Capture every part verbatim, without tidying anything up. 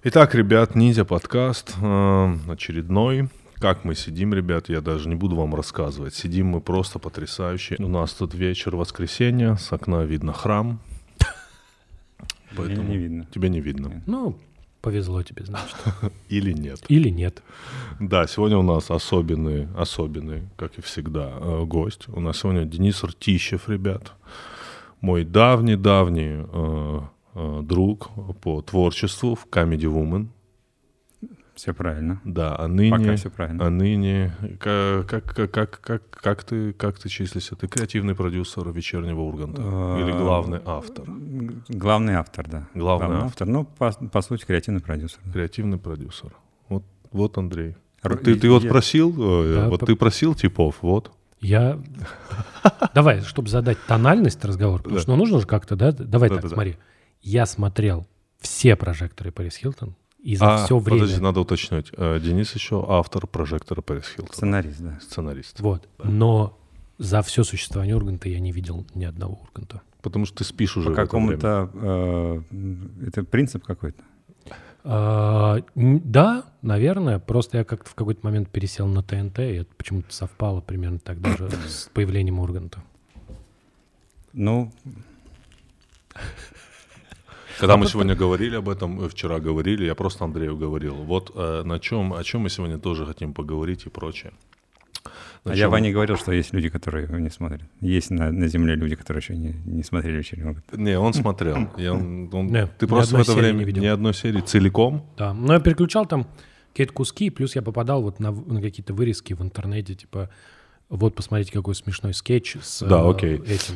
Итак, ребят, Ниндзя подкаст э, очередной. Как мы сидим, ребят, я даже не буду вам рассказывать. Сидим мы просто потрясающе. У нас тут вечер воскресенья, с окна видно храм. Поэтому не видно. Тебя не видно. Ну, повезло тебе, значит. Или нет. Или нет. Да, сегодня у нас особенный, особенный, как и всегда, э, гость. У нас сегодня Денис Ртищев, ребят. Мой давний-давний э, э, друг по творчеству в Comedy Woman. Все правильно. Да, а ныне... Пока все правильно. А ныне... Как, как, как, как, как, ты, как ты числишься? Ты креативный продюсер «Вечернего Урганта» или главный автор? Главный автор, да. Главный, главный автор. автор. Ну, по, по сути, креативный продюсер. Да. Креативный продюсер. Вот, вот Андрей. Р... Ты, ты я... вот просил, да, вот по... ты просил типов, вот. Я... Давай, чтобы задать тональность разговора, потому что ну, нужно же как-то, да? Давай так, смотри. Я смотрел все прожекторы Пэрис Хилтон. И за а, все время... подожди, надо уточнить. Денис еще автор прожектора Пэрис Хилтон. Сценарист, да. Сценарист. Вот. Да. Но за все существование Урганта я не видел ни одного Урганта. Потому что ты спишь уже По какому-то... Э, это принцип какой-то? А, да, наверное. Просто я как-то в какой-то момент пересел на ТНТ, и это почему-то совпало примерно тогда же с появлением Урганта. Ну... Когда а мы сегодня говорили об этом, вчера говорили, я просто Андрею говорил, вот э, на чем, о чем мы сегодня тоже хотим поговорить и прочее. На а чем... я Ване говорил, что есть люди, которые его не смотрят. Есть на, на Земле люди, которые еще не, не смотрели «Вечерний». Не, он смотрел. Я, он, он, Нет, ты просто в это время не видел. Ни одной серии целиком? Да, но я переключал там какие-то куски, плюс я попадал вот на, на какие-то вырезки в интернете, типа, вот посмотрите, какой смешной скетч с да, окей. э, этим.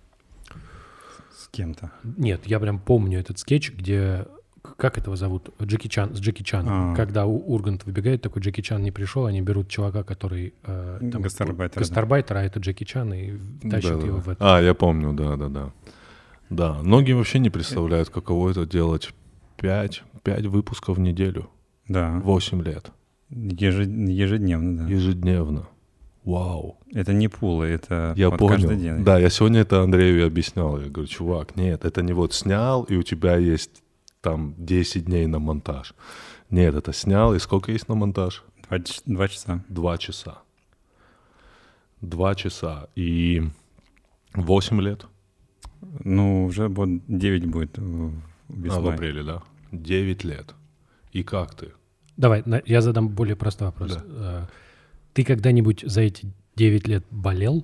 С кем-то. Нет, я прям помню этот скетч, где, как этого зовут, Джеки Чан, с Джеки Чаном. А-а-а. Когда Ургант выбегает, такой Джеки Чан не пришел, они берут чувака, который э, там, гастарбайтер, гастарбайтер, да. А это Джеки Чан, и тащат да, его да. в это. А, я помню, да-да-да. Да, многие вообще не представляют, каково это делать пять, пять выпусков в неделю. Да. восемь лет. Ежед... Ежедневно, да. Ежедневно. Вау. Это не пулы, это я вот понял. Каждый день. Да, я сегодня это Андрею и объяснял. Я говорю, чувак, нет, это не вот снял, и у тебя есть там десять дней на монтаж. Нет, это снял, и сколько есть на монтаж? Два, два часа. Два часа. Два часа. И восемь лет? Ну, уже вот девять будет весной. А, в апреле, да? Девять лет. И как ты? Давай, я задам более простой вопрос. Да. Ты когда-нибудь за эти девять лет болел?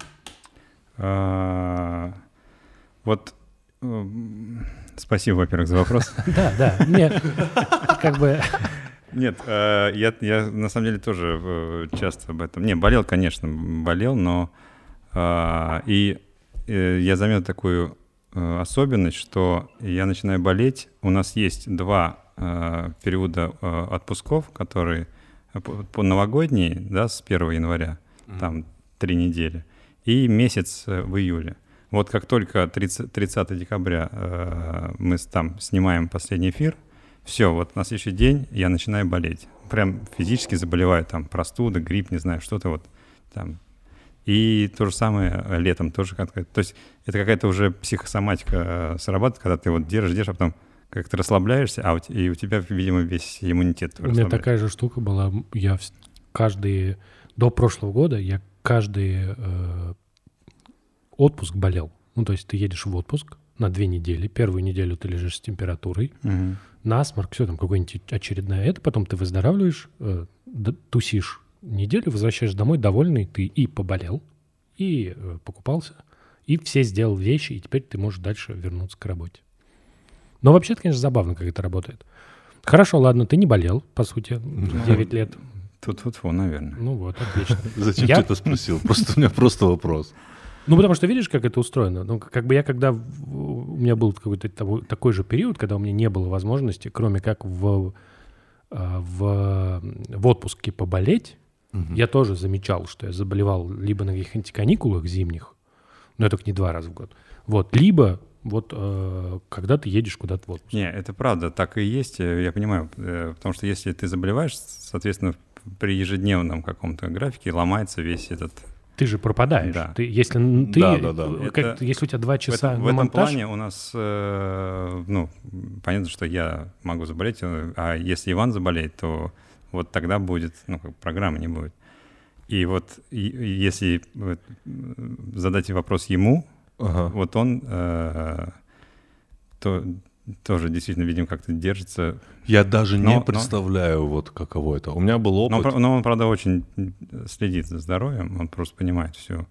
А, вот э, спасибо, во-первых, за вопрос. Да, да, мне как бы... Нет, я на самом деле тоже часто об этом... Не, болел, конечно, болел, но... И я заметил такую особенность, что я начинаю болеть. У нас есть два периода отпусков, которые... по новогодней, да, с первого января, mm-hmm. там три недели, и месяц в июле. Вот как только тридцатого декабря э, мы там снимаем последний эфир, все, вот на следующий день я начинаю болеть. Прям физически заболеваю, там, простуда, грипп, не знаю, что-то вот там. И то же самое летом тоже как-то. То есть это какая-то уже психосоматика срабатывает, когда ты вот держишь, держишь, а потом как ты расслабляешься, а у, и у тебя, видимо, весь иммунитет. У меня такая же штука была. Я каждый... До прошлого года я каждый э, отпуск болел. Ну, то есть ты едешь в отпуск на две недели. Первую неделю ты лежишь с температурой. Угу. Насморк, все там, какое-нибудь очередное это. Потом ты выздоравливаешь, э, тусишь неделю, возвращаешься домой довольный. Ты и поболел, и э, покупался, и все сделал вещи, и теперь ты можешь дальше вернуться к работе. Но вообще, это, конечно, забавно, как это работает. Хорошо, ладно, ты не болел, по сути, девять лет. Тут-тут-фу, наверное. Ну вот, отлично. Зачем я... ты это спросил? Просто у меня просто вопрос. Ну, потому что видишь, как это устроено. Ну, как бы я когда... У меня был какой-то такой же период, когда у меня не было возможности, кроме как в, в, в отпуске поболеть, угу. Я тоже замечал, что я заболевал либо на каких-нибудь каникулах зимних, но это только не два раза в год, вот, либо... Вот э, когда ты едешь куда-то в отпуск. Не, это правда, так и есть, я понимаю. Э, потому что если ты заболеваешь, соответственно, при ежедневном каком-то графике ломается весь этот... Ты же пропадаешь. Да. Ты, если ты, Да, да, да. как, Это- если у тебя два В часа этом, в на этом монтаж, плане у нас, э, ну, понятно, что я могу заболеть, э, а если Иван заболеет, то вот тогда будет, ну, как программы не будет. И вот и- и если вот, м, задать вопрос ему, Ага. вот он э, то, тоже действительно, видимо, как-то держится. Я даже Но- не но- представляю, вот каково это. У меня был Но, опыт. он, но он, правда, очень следит за здоровьем, он просто понимает всю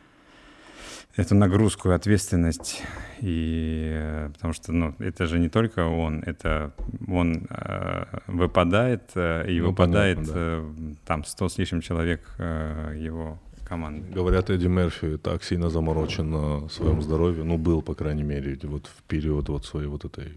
эту нагрузку, ответственность. И, э, потому что ну, это же не только он, это он э, выпадает, э, и Ну, выпадает понятно, да. э, там сто с лишним человек э, его команды. Говорят, Эдди Мерфи так сильно заморочен на своем здоровье, ну, был, по крайней мере, вот в период вот своей вот этой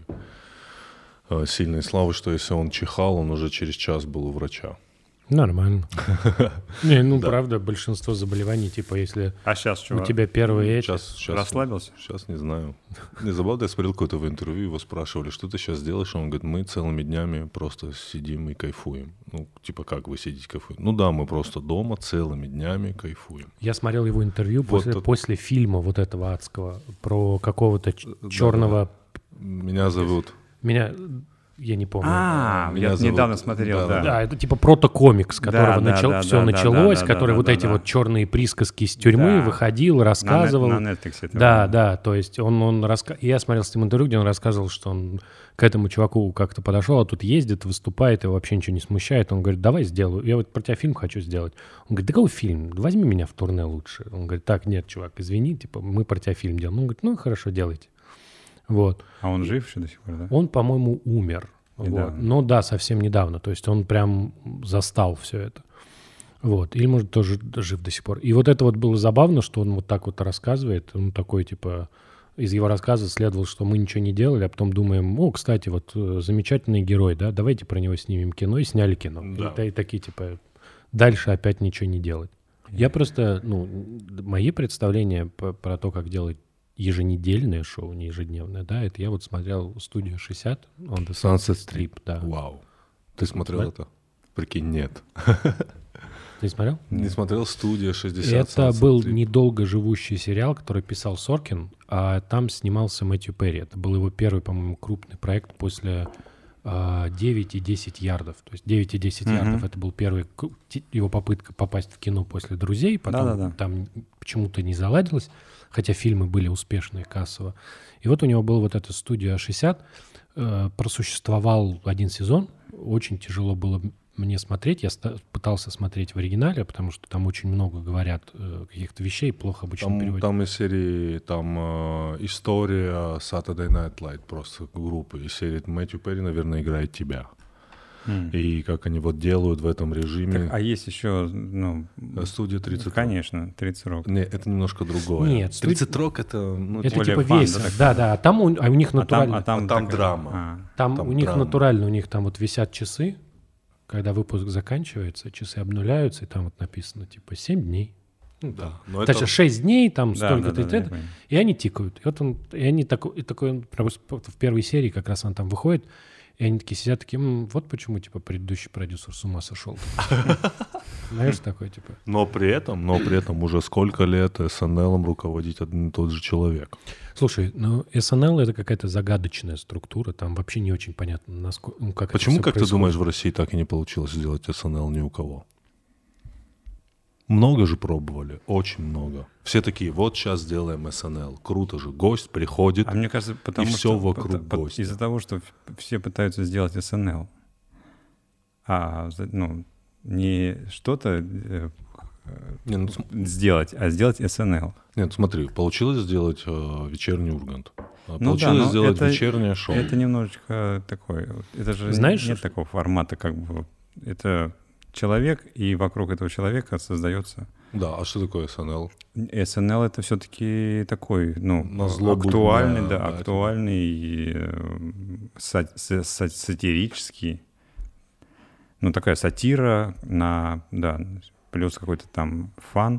э, сильной славы, что если он чихал, он уже через час был у врача. нормально. Не, ну Да. правда, большинство заболеваний, типа, если А сейчас у чего? тебя первые эти... Сейчас, сейчас, Расслабился? Сейчас не знаю. Не забавно, я смотрел какое-то интервью, его спрашивали, что ты сейчас делаешь? Он говорит, мы целыми днями просто сидим и кайфуем. Ну, типа, как вы сидите кайфуете? Ну да, мы просто дома целыми днями кайфуем. Я смотрел его интервью Вот после, это- после фильма вот этого адского про какого-то ч- Да, черного... Меня зовут... Меня... Я не помню. А, Меня я зовут- недавно смотрел, да, да. Да, это типа протокомик, с которого Да, да, начал, да, все да, началось, да, да, который да, вот да, эти да. вот черные присказки из тюрьмы Да. выходил, рассказывал. На, нет- на Netflix это Да, было. да, то есть он, он раска... Я смотрел с ним интервью, где он рассказывал, что он к этому чуваку как-то подошел, а тут ездит, выступает, его вообще ничего не смущает. Он говорит, давай сделаю, я вот про тебя фильм хочу сделать. Он говорит, да какой фильм? Возьми меня в турне лучше. Он говорит, так, нет, чувак, извини, типа, мы про тебя фильм делаем. Он говорит, ну, хорошо, делайте. Вот. А он жив еще до сих пор, да? Он, по-моему, умер. Вот. Недавно. Ну да, совсем недавно. То есть он прям застал все это. Вот. Или, может, тоже жив до сих пор. И вот это вот было забавно, что он вот так вот рассказывает. Он такой, типа, из его рассказа следовало, что мы ничего не делали, а потом думаем, о, кстати, вот э, замечательный герой, да, давайте про него снимем кино. И сняли кино. Да. И, и такие, типа, дальше опять ничего не делать. Я просто, ну, мои представления по- про то, как делать еженедельное шоу, не ежедневное, да, это я вот смотрел «Студию шестьдесят», on the Sunset Strip, да. Вау. Ты смотрел смотрел? это? Прикинь, нет. Ты смотрел? Не смотрел «Студия шестьдесят». Это Sunset был Strip. недолго живущий сериал, который писал Соркин, а там снимался Мэтью Перри. Это был его первый, по-моему, крупный проект после а, девять и десять ярдов. То есть девять и десять Мгм. ярдов — это был первый ку- ти- его попытка попасть в кино после «Друзей», потом Да-да-да. там почему-то не заладилось, хотя фильмы были успешные кассово. И вот у него был вот эта «Студия шестьдесят», э, просуществовал один сезон, очень тяжело было мне смотреть, я ста- пытался смотреть в оригинале, потому что там очень много говорят э, каких-то вещей, плохо обычно Там, переводят. там из серии там э, история Saturday Night Live просто группы. Из серии Мэтью Перри, наверное, играет тебя. М. И как они вот делают в этом режиме. Так, а есть еще, ну, Э, Студия тридцать. конечно, тридцать рок. Не, это немножко другое. Нет, студ- тридцать рок это, ну, Это типа, более типа фан, весело, да, да, да, а там у, а у них А там, натурально, а там, А там такая- драма. а. там, там у них драма. натурально, у них там вот висят часы, когда выпуск заканчивается, часы обнуляются, и там вот написано типа семь дней. Ну, Да, там. но Точнее, это- шесть дней, там Да, столько-то, да, и да, я т.д. понял. И они тикают. И вот он, и они такой, и такой он просто в первой серии как раз он там выходит, и они такие сидят, такие, «М, вот почему, типа, предыдущий продюсер с ума сошел. Знаешь, такой, типа. Но при этом, но при этом уже сколько лет эс эн эл руководит один и тот же человек. Слушай, ну, эс эн эл — это какая-то загадочная структура, там вообще не очень понятно, насколько, ну, как это Почему, всё как ты происходит. думаешь, в России так и не получилось сделать эс эн эл ни у кого? Много же пробовали, очень много. Все такие, вот сейчас сделаем эс эн эл. Круто же, гость приходит. А мне кажется, потому И что... всё вокруг пот- пот- гостя. Из-за того, что в- все пытаются сделать эс эн эл. А, за- ну, не что-то э, Не, ну, см- сделать, а сделать эс эн эл. нет, смотри, получилось сделать э, вечерний Ургант. А Ну да, получилось но сделать это- вечернее шоу. Это немножечко такое. вот, Это же Знаешь, нет что- такого формата, как бы. вот. Это человек, и вокруг этого человека создается. Да, а что такое эс эн эл? эс эн эл это все-таки такой, ну, Назло актуальный, будня, да, да, актуальный, э, са- са- са- сатирический. Ну, такая сатира на, да, плюс какой-то там фан.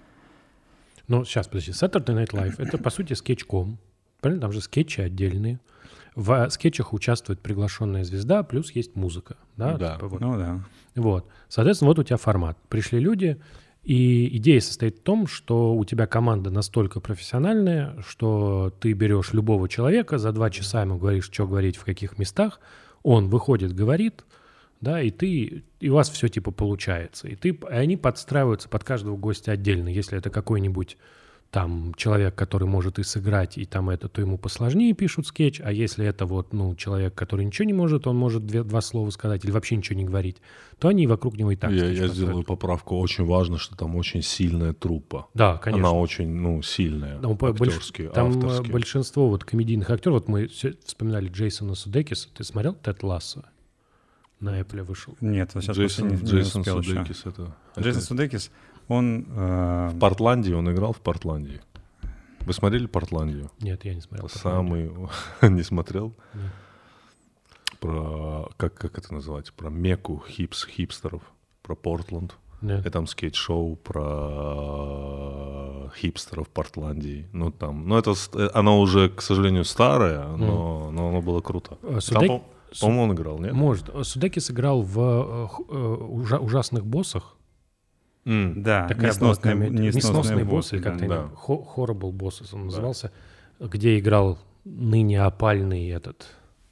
Ну, сейчас, подожди. Saturday Night Live — это, по сути, скетч-ком. Правильно? Там же скетчи отдельные. В скетчах участвует приглашенная звезда, плюс есть музыка. Да? Да. Типа вот. Ну, да. Вот. Соответственно, вот у тебя формат. Пришли люди, И идея состоит в том, что у тебя команда настолько профессиональная, что ты берешь любого человека, за два часа ему говоришь, что говорить в каких местах, он выходит, говорит, да, и ты, и у вас все типа получается. И, ты, и они подстраиваются под каждого гостя отдельно. Если это какой-нибудь там человек, который может и сыграть, и там это, то ему посложнее пишут скетч, а если это вот, ну, человек, который ничего не может, он может две, два слова сказать или вообще ничего не говорить, то они вокруг него и так Я, скетч я построят. сделаю поправку. Очень важно, что там очень сильная труппа. Да, конечно. Она очень, ну, сильная, Там, актерски, там авторски. большинство вот комедийных актеров, вот мы вспоминали Джейсона Судекиса, ты смотрел «Тед Лассо»? На Apple вышел. Нет, вот сейчас Джейсон, не, не Джейсон успел Судекис еще. это, Джейсон это... Судекис, он... Э... В Портландии, он играл в Портландии. Вы смотрели «Портландию»? Нет, я не смотрел. Самый... не смотрел? Нет. Про... Как, как это называется? Про Мекку хипс, хипстеров. Про Портленд. Нет. И там скетч-шоу про хипстеров Портландии. Ну, там... Ну, это... Оно уже, к сожалению, старое, но, mm. но оно было круто. Судек... Там, по-моему, он играл, нет? Может. Судекис играл в ужа- ужасных боссах. Mm. Да, такая несносные, была комедия. несносные боссы, боссы, или как-то да. Horrible Bosses он Да. назывался, где играл ныне опальный этот...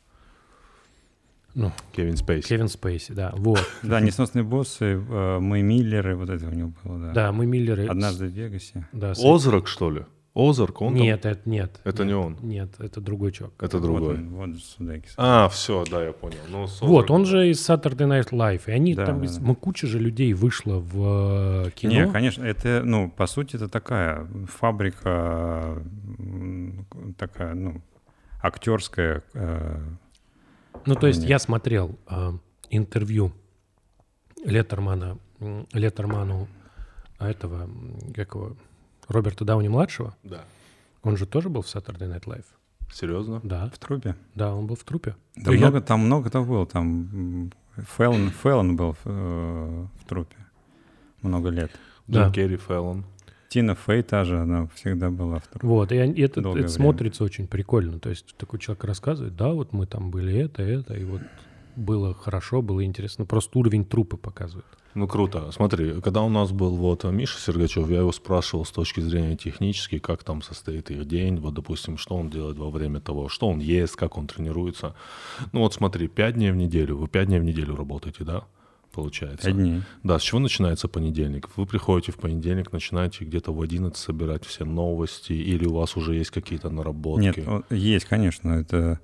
Ну, Кевин Спейси. Кевин Спейси, да. Вот. Да, несносные боссы, э, мы Миллеры, вот это у него было, да. Да, мы Миллеры. Однажды в Вегасе. Да, с- Озарк, что ли? Озарк, он там? Нет, это нет. Это нет, не он? Нет, это другой чувак. Это Вот, другой. он, вот Судекис. А, все, да, я понял. Ну, с Вот, Озарком- он же из Saturday Night Live. И они Да, там, да, из- да. ну, куча же людей вышла в э, кино. Не, конечно, это, ну, по сути, это такая фабрика, м, такая, ну, актерская. э, Ну, то есть Нет. я смотрел э, интервью Леттермана, м, Леттерману а этого, м, как его, Роберта Дауни-младшего. Да. Он же тоже был в Saturday Night Live. Серьезно? Да, в трупе. да, он был в трупе. Да Я- много, там много кто был. Там м, Феллон, Феллон был в, э, в трупе много лет. Да. Джим Керри, Фэллон. Тина Фей та же, она всегда была в трупе. Вот, и они- это, Долгое это время. смотрится очень прикольно. То есть такой человек рассказывает, да, вот мы там были это, это, и вот было хорошо, было интересно. Просто уровень трупы показывает. Ну, круто. Смотри, когда у нас был вот Миша Сергачев, я его спрашивал с точки зрения технической, как там состоит их день, вот, допустим, что он делает во время того, что он ест, как он тренируется. Ну, вот смотри, пять дней в неделю, вы пять дней в неделю работаете, да? Получается. Пять дней. Да, с чего начинается понедельник? Вы приходите в понедельник, начинаете где-то в одиннадцать собирать все новости, или у вас уже есть какие-то наработки? Нет, о, есть, конечно, это...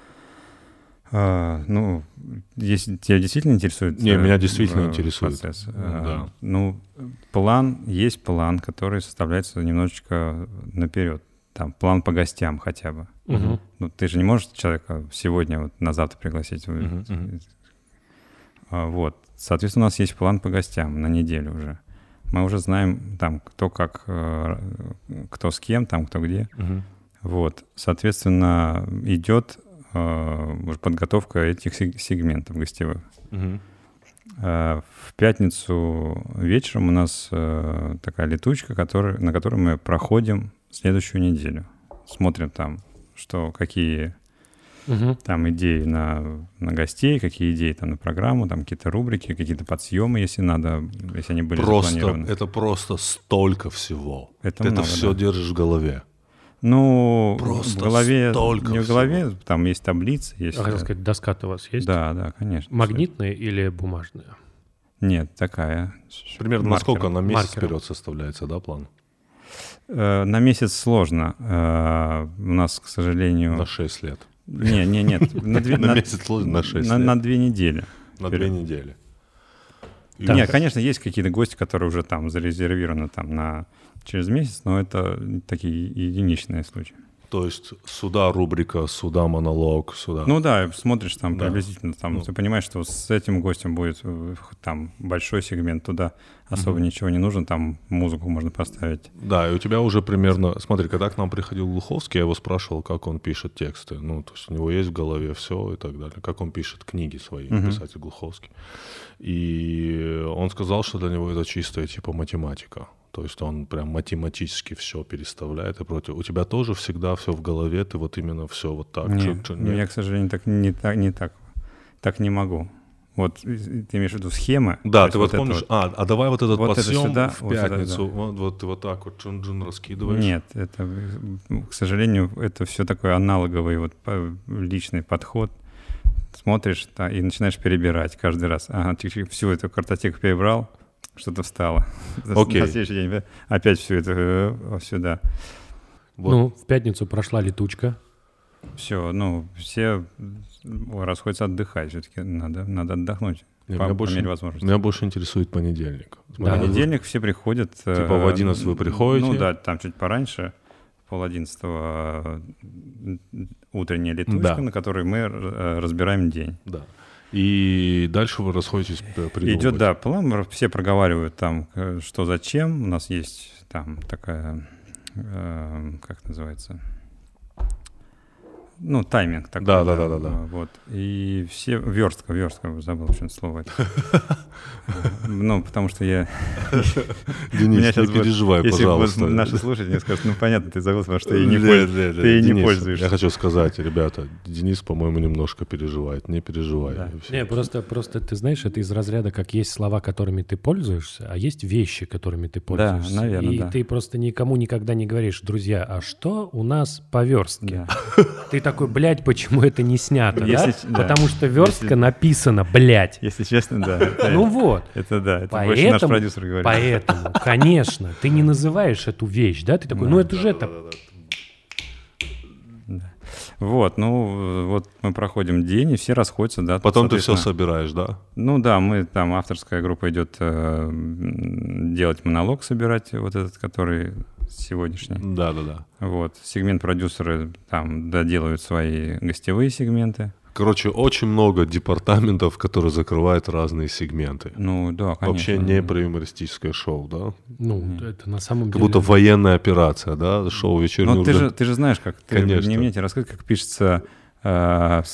а, ну, если тебя действительно интересует... Не, э, меня действительно э, интересует. процесс, Да. а, ну, план, есть план, который составляется немножечко наперед. Там план по гостям хотя бы. Мгм. Ну, ты же не можешь человека сегодня, вот, на завтра пригласить. Мгм, мгм. А, Вот. Соответственно, у нас есть план по гостям на неделю уже. Мы уже знаем, там, кто как, э, кто с кем, там, кто где. Мгм. Вот. Соответственно, идет э, уже подготовка этих сег- сегментов гостевых. Мгм. Э, В пятницу вечером у нас э, такая летучка, который, на которой мы проходим следующую неделю. Смотрим там, что, какие Мгм. там идеи на, на гостей, какие идеи там на программу, там какие-то рубрики, какие-то подсъемы, если надо, если они были Просто, запланированы. это просто столько всего. Это Ты много, это все да. держишь в голове. Ну, Просто в голове, столько не в всего. голове, там есть таблицы, есть... Я хотел сказать, доска-то у вас есть? Да, да, конечно. Магнитная или бумажная? Нет, такая. Примерно Маркером. насколько на месяц Маркером. вперед составляется, да, план? Э, На месяц сложно. Э, У нас, к сожалению... На шесть лет. Не, не, нет. На две, На на- месяц сложно, на шесть на- лет. на две недели. На вперед. две недели. И Так. Нет, конечно, есть какие-то гости, которые уже там зарезервированы там на через месяц, но это такие единичные случаи. То есть сюда рубрика, сюда монолог, сюда. Ну да, смотришь там Да. приблизительно, там Ну. ты понимаешь, что с этим гостем будет э, там большой сегмент, туда особо Мгм. ничего не нужно, там музыку можно поставить. Да, и у тебя уже примерно... Смотри, когда к нам приходил Глуховский, я его спрашивал, как он пишет тексты. Ну, то есть у него есть в голове все и так далее. Как он пишет книги свои, Мгм. писатель Глуховский. И он сказал, что для него это чистая типа математика. То есть он прям математически все переставляет и против. У тебя тоже всегда все в голове, ты вот именно все вот так. Не, чё- чё- нет? я, к сожалению, так не так, не так, так не могу. Вот ты имеешь в виду схемы? Да, ты вот вот помнишь, вот. А, а давай вот этот вот подсъем это сюда, в вот сюда, пятницу, да. вот, вот ты вот так вот джин-джин раскидываешь. Нет, это, к сожалению, это все такой аналоговый вот личный подход. Смотришь да, и начинаешь перебирать каждый раз. Ага, чик-чик, всю эту картотеку перебрал, что-то встало. Okay. На следующий день опять все это э, сюда. Вот. Ну, в пятницу прошла летучка. Все, ну, все расходятся отдыхать. Все-таки надо, надо отдохнуть. Нет, по, меня, по больше, мере возможности. Меня больше интересует понедельник. Да. Понедельник все приходят. Типа в одиннадцать вы приходите? Ну да, там чуть пораньше. Пол одиннадцатого утренняя летучка, да. на которой мы разбираем день. Да. И дальше вы расходитесь придумывать. Идет, да, план, все проговаривают там, что зачем. У нас есть там такая, э, как называется, ну, тайминг такой. Да, да, да, да, да. Вот. И все, верстка, верстка, забыл, в чем слово. Ну, потому что я... Денис, не переживай, пожалуйста. Если наши слушатели скажут, ну, понятно, ты забыл, потому что ты ей не пользуешься. Я хочу сказать, ребята, Денис, по-моему, немножко переживает. Не переживай. Не, просто, просто ты знаешь, это из разряда, как есть слова, которыми ты пользуешься, а есть вещи, которыми ты пользуешься. Да, наверное, И да. ты просто никому никогда не говоришь, друзья, а что у нас по верстке? Ты такой, блядь, почему это не снято, Если, да? да? Потому что верстка Если... написана, блядь. Если честно, да. Это, ну вот. Это да, это поэтому, больше наш продюсер говорит. Поэтому, конечно, ты не называешь эту вещь, да? Ты такой, ну это же это... Вот, ну вот мы проходим день, и все расходятся, да. Потом ты все собираешь, да? Ну да, мы там, авторская группа идет э, делать монолог, собирать вот этот, который сегодняшний. Да, да, да. Вот, сегмент-продюсеры там доделают свои гостевые сегменты. Короче, очень много департаментов, которые закрывают разные сегменты. Ну да, конечно. Вообще не про юмористическое шоу, да? Ну, mm. это на самом как деле... Как будто военная операция, да? Шоу «Вечерний Ну ты же, ты же знаешь, как... Ты конечно. Не мне тебе рассказать, как пишется э,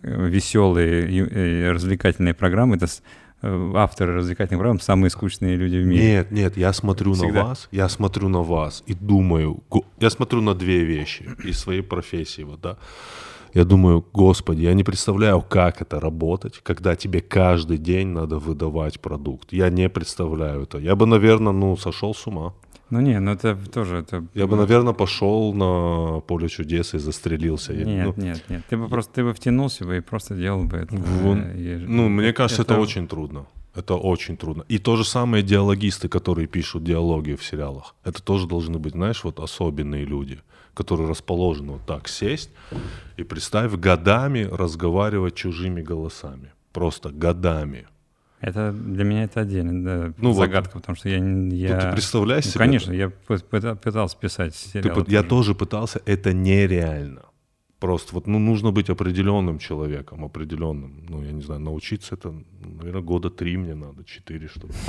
веселые э, развлекательные программы. Это э, авторы развлекательных программ самые скучные люди в мире. Нет, нет, я смотрю Всегда. на вас, я смотрю на вас и думаю... Я смотрю на две вещи из своей профессии, вот, да? Я думаю, господи, я не представляю, как это работать, когда тебе каждый день надо выдавать продукт. Я не представляю это. Я бы, наверное, ну, сошел с ума. Ну не, ну это тоже... Это... Я бы, наверное, пошел на поле чудес и застрелился. Нет, ну, нет, нет. Ты бы просто ты бы втянулся бы и просто делал бы это. Вон, э, ну, мне кажется, это... это очень трудно. Это очень трудно. И то же самое диалогисты, которые пишут диалоги в сериалах. Это тоже должны быть, знаешь, вот особенные люди, которые расположены вот так сесть и, представь, годами разговаривать чужими голосами. Просто годами. Это для меня это отдельно, да, ну, загадка, вот, потому что я... я... Ну, ты представляешь ну, себе? Конечно, я пытался писать сериалы. Ты, я тоже пытался, это нереально. Просто вот, ну, нужно быть определенным человеком, определенным. Ну, я не знаю, научиться это, наверное, года три мне надо, четыре, что ли.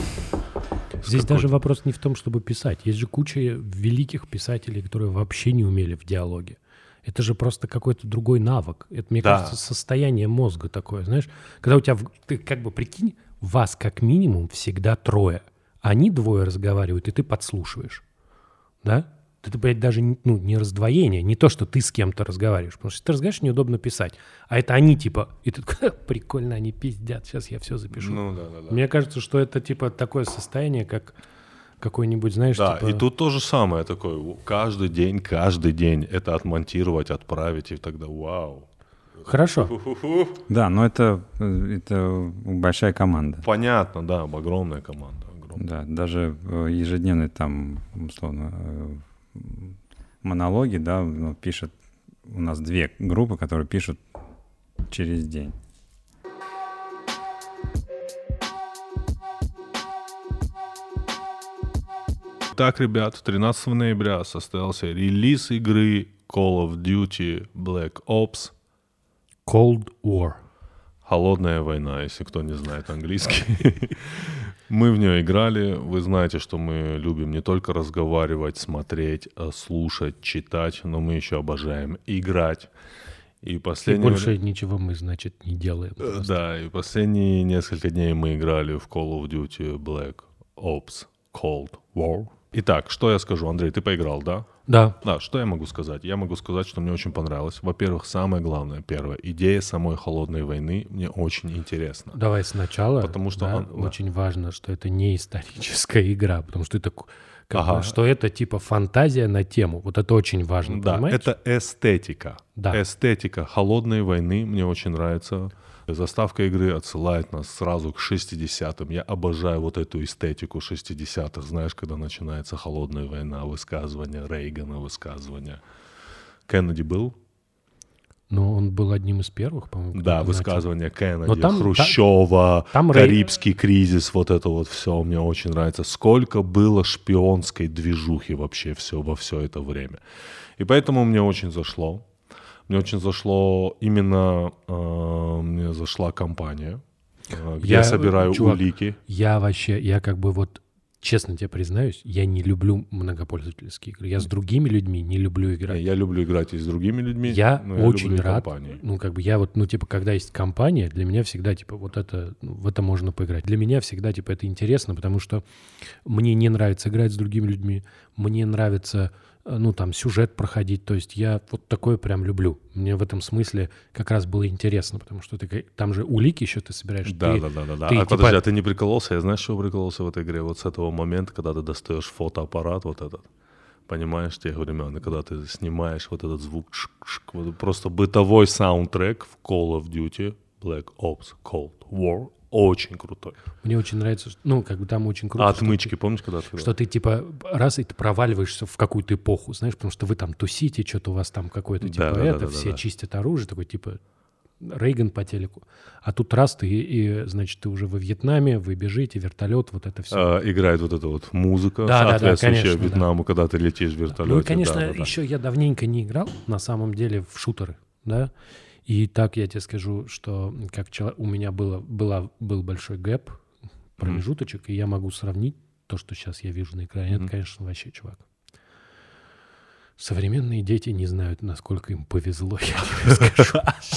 Здесь даже вопрос не в том, чтобы писать. Есть же куча великих писателей, которые вообще не умели в диалоге. Это же просто какой-то другой навык. Это, мне да. кажется, состояние мозга такое, знаешь. Когда у тебя, ты как бы прикинь, вас как минимум всегда трое. Они двое разговаривают, и ты подслушиваешь. Да? Это, блядь, даже ну, не раздвоение, не то, что ты с кем-то разговариваешь. Потому что ты разговариваешь, неудобно писать. А это они типа... И ты такой, прикольно, они пиздят, сейчас я все запишу. Ну, да, да, да. Мне кажется, что это типа такое состояние, как какой-нибудь, знаешь... Да, типа... и тут то же самое такое. Каждый день, каждый день это отмонтировать, отправить, и тогда вау. Хорошо. Да, но это, это большая команда. Понятно, да, огромная команда. Огромная. Да, даже ежедневные там, условно... монологи, да, пишет, у нас две группы, которые пишут через день. Так, ребят, тринадцатого ноября состоялся релиз игры Call of Duty Black Ops Cold War. Холодная война, если кто не знает английский. Мы в нее играли. Вы знаете, что мы любим не только разговаривать, смотреть, слушать, читать, но мы еще обожаем играть. И, последние... и больше ничего мы, значит, не делаем. Просто. Да, и последние несколько дней мы играли в Call of Duty Black Ops Cold War. Итак, что я скажу, Андрей, ты поиграл, да? Да. Да, что я могу сказать? Я могу сказать, что мне очень понравилось. Во-первых, самое главное, первое, идея самой холодной войны мне очень интересна. Давай сначала. Потому что да, он- да. очень важно, что это не историческая игра, потому что это, как Ага. бы, что это типа фантазия на тему. Вот это очень важно, Да, понимаете? это эстетика. Да. Эстетика холодной войны мне очень нравится. Заставка игры отсылает нас сразу к шестидесятым. Я обожаю вот эту эстетику шестидесятых. Знаешь, когда начинается холодная война, высказывания Рейгана, высказывания. Кеннеди был? Ну, он был одним из первых, по-моему. кто Да, это начал. высказывания Кеннеди, Но там- Хрущева, там Рей- Карибский кризис, вот это вот все мне очень нравится. Сколько было шпионской движухи вообще все, во все это время. И поэтому мне очень зашло. Мне очень зашло именно, э, мне зашла компания, э, где Я, я собираю чувак, улики. Я вообще, я как бы вот, честно тебе признаюсь, я не люблю многопользовательские игры. Я с другими людьми не люблю играть. Я люблю играть и с другими людьми. Я но очень люблю и рад, компанией. ну, как бы я вот, ну, типа, когда есть компания, для меня всегда, типа, вот это, ну, в это можно поиграть. Для меня всегда, типа, это интересно, потому что мне не нравится играть с другими людьми, мне нравится, э, ну, там, сюжет проходить, то есть я вот такое прям люблю. Мне в этом смысле как раз было интересно, потому что ты, ка- там же улики еще ты собираешь. Да, ты- да, да, да, да. ты, А типа- подожди, а ты не прикололся? Я знаешь, что прикололся в этой игре? Вот с этого момента, когда ты достаешь фотоаппарат вот этот, понимаешь, тех времен, и когда ты снимаешь вот этот звук, шк-шк, вот просто бытовой саундтрек в Call of Duty Black Ops Cold War очень крутой. Мне очень нравится, что- ну, как бы там очень круто. А что отмычки, помнишь, когда ты... Что ты типа раз и ты проваливаешься в какую-то эпоху, знаешь, потому что вы там тусите, что-то у вас там какое-то типа Да, да, да, это, да, да, все да. чистят оружие, такой типа Рейган по телеку. А тут раз ты, и, значит, ты уже во Вьетнаме, вы бежите, вертолет, вот это все. А, играет вот эта вот музыка, Да, да, да, соответствующая конечно, да. Вьетнаму, когда ты летишь в вертолете. Ну и, конечно, да, да, да. еще я давненько не играл, на самом деле, в шутеры, да. И так я тебе скажу, что как чело- у меня было, была, был большой гэп, промежуточек, и я могу сравнить то, что сейчас я вижу на экране. Мгм. Это, конечно, вообще, чувак. Современные дети не знают, насколько им повезло, я тебе скажу.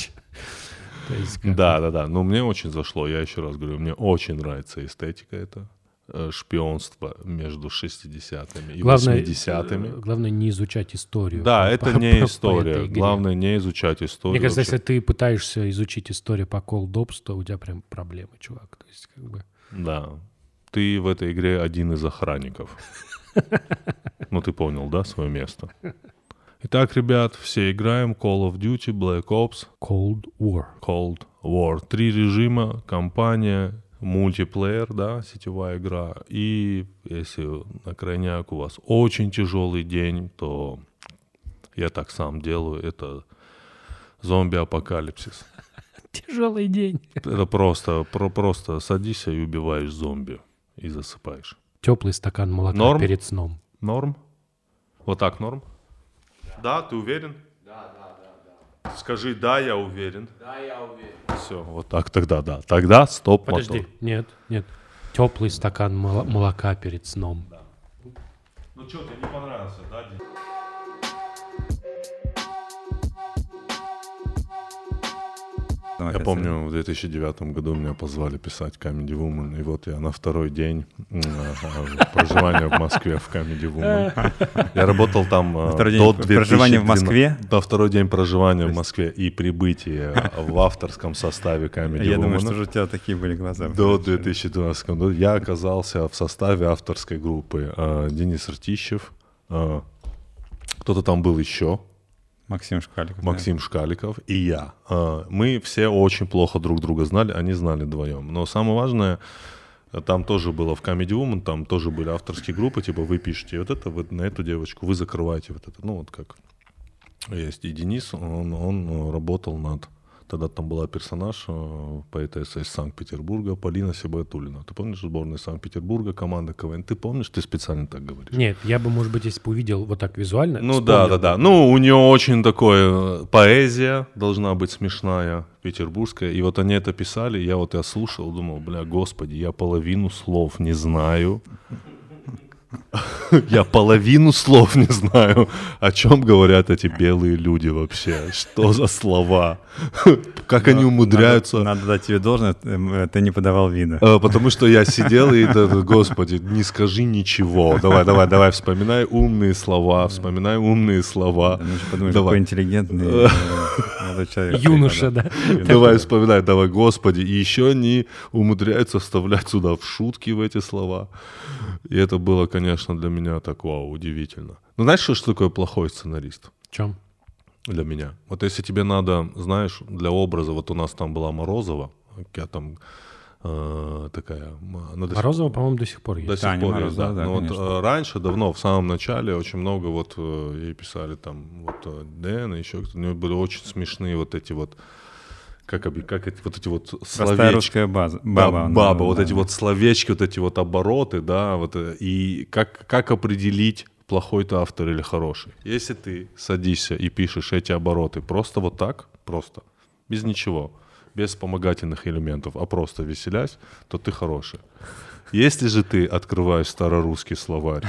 То есть, как Да, бы, да, да. Но мне очень зашло, я еще раз говорю, мне очень нравится эстетика это. э, Шпионство между шестидесятыми и главное, восьмидесятыми. э, главное не изучать историю. Да, по- это по- не по- по история. этой игре. Главное не изучать историю. Мне кажется, вообще. если ты пытаешься изучить историю по Cold Ops, то у тебя прям проблемы, чувак. То есть, как бы... Да. Ты в этой игре один из охранников. Ну, ты понял, да, свое место? Итак, ребят, все играем Call of Duty, Black Ops, Cold War. Cold War. Три режима, кампания, мультиплеер, да, сетевая игра. И если на крайняк у вас очень тяжелый день, то я так сам делаю, это зомби-апокалипсис. Тяжелый день. Это просто, про, просто садись и убиваешь зомби и засыпаешь. Теплый стакан молока Норм? перед сном. Норм? Вот так норм? Да, ты уверен? Да, да, да, да. Скажи, да, я уверен. Да, я уверен. Все, вот так тогда, да. Тогда стоп Подожди, мотор. нет, нет. Теплый стакан моло- молока перед сном. Ну что, тебе не понравился, да, Дим? Давай, Я Катя. помню, в две тысячи девятом году меня позвали писать Comedy Woman, и вот я на второй день м, а, проживания в Москве в Comedy Woman. Я работал там а, второй до день проживания в Москве? На второй день проживания в Москве и прибытие в авторском составе Comedy Я Woman. думаю, что же у тебя такие были глаза. До две тысячи двенадцатого года я оказался в составе авторской группы. А, Денис Ртищев, а, кто-то там был еще, Максим Шкаликов. да. Максим Шкаликов и я. А, Мы все очень плохо друг друга знали, они знали вдвоем. Но самое важное, там тоже было в Comedy Woman, там тоже были авторские группы, типа вы пишете вот это, вот на эту девочку, вы закрываете вот это. Ну вот как есть. И Денис, он, он работал над... Тогда там была персонаж, э, поэтесса из Санкт-Петербурга, Полина Сибатуллина. Ты помнишь сборную Санкт-Петербурга, команда КВН? Ты помнишь, ты специально так говоришь? Нет, я бы, может быть, если бы увидел вот так визуально. Ну вспомнил да, да, бы. да. Ну, у нее очень такое э, поэзия должна быть смешная, петербургская. И вот они это писали, я вот я слушал, думал, бля, господи, я половину слов не знаю. Я половину слов не знаю. О чем говорят эти белые люди вообще? Что за слова? Как они умудряются... Надо, надо дать тебе должное, ты не подавал вида. Потому что я сидел и, господи, не скажи ничего. Давай, давай, давай, вспоминай умные слова, вспоминай умные слова. Ну, подумаешь, какой интеллигентный молодой человек. Юноша, да. Давай вспоминай, давай, господи. И еще они умудряются вставлять сюда в шутки в эти слова. И это было, конечно, для меня так, вау, удивительно. Ну, знаешь, что, что такое плохой сценарист? В чем? Для меня. Вот если тебе надо, знаешь, для образа, вот у нас там была Морозова, я там э, такая... Морозова, сих... по-моему, до сих пор есть. До сих Таня пор Морозова, есть, да. да, Но конечно. вот раньше, давно, в самом начале, очень много вот ей писали там, вот Дэн и еще кто-то, у него были очень смешные вот эти вот, как, как эти, вот эти вот словечки. Простая русская база. Баба. Да, баба, да, вот да. эти вот словечки, вот эти вот обороты, да, вот, и как, как определить, плохой ты автор или хороший. Если ты садишься и пишешь эти обороты просто вот так, просто, без ничего, без вспомогательных элементов, а просто веселясь, то ты хороший. Если же ты открываешь старорусский словарь,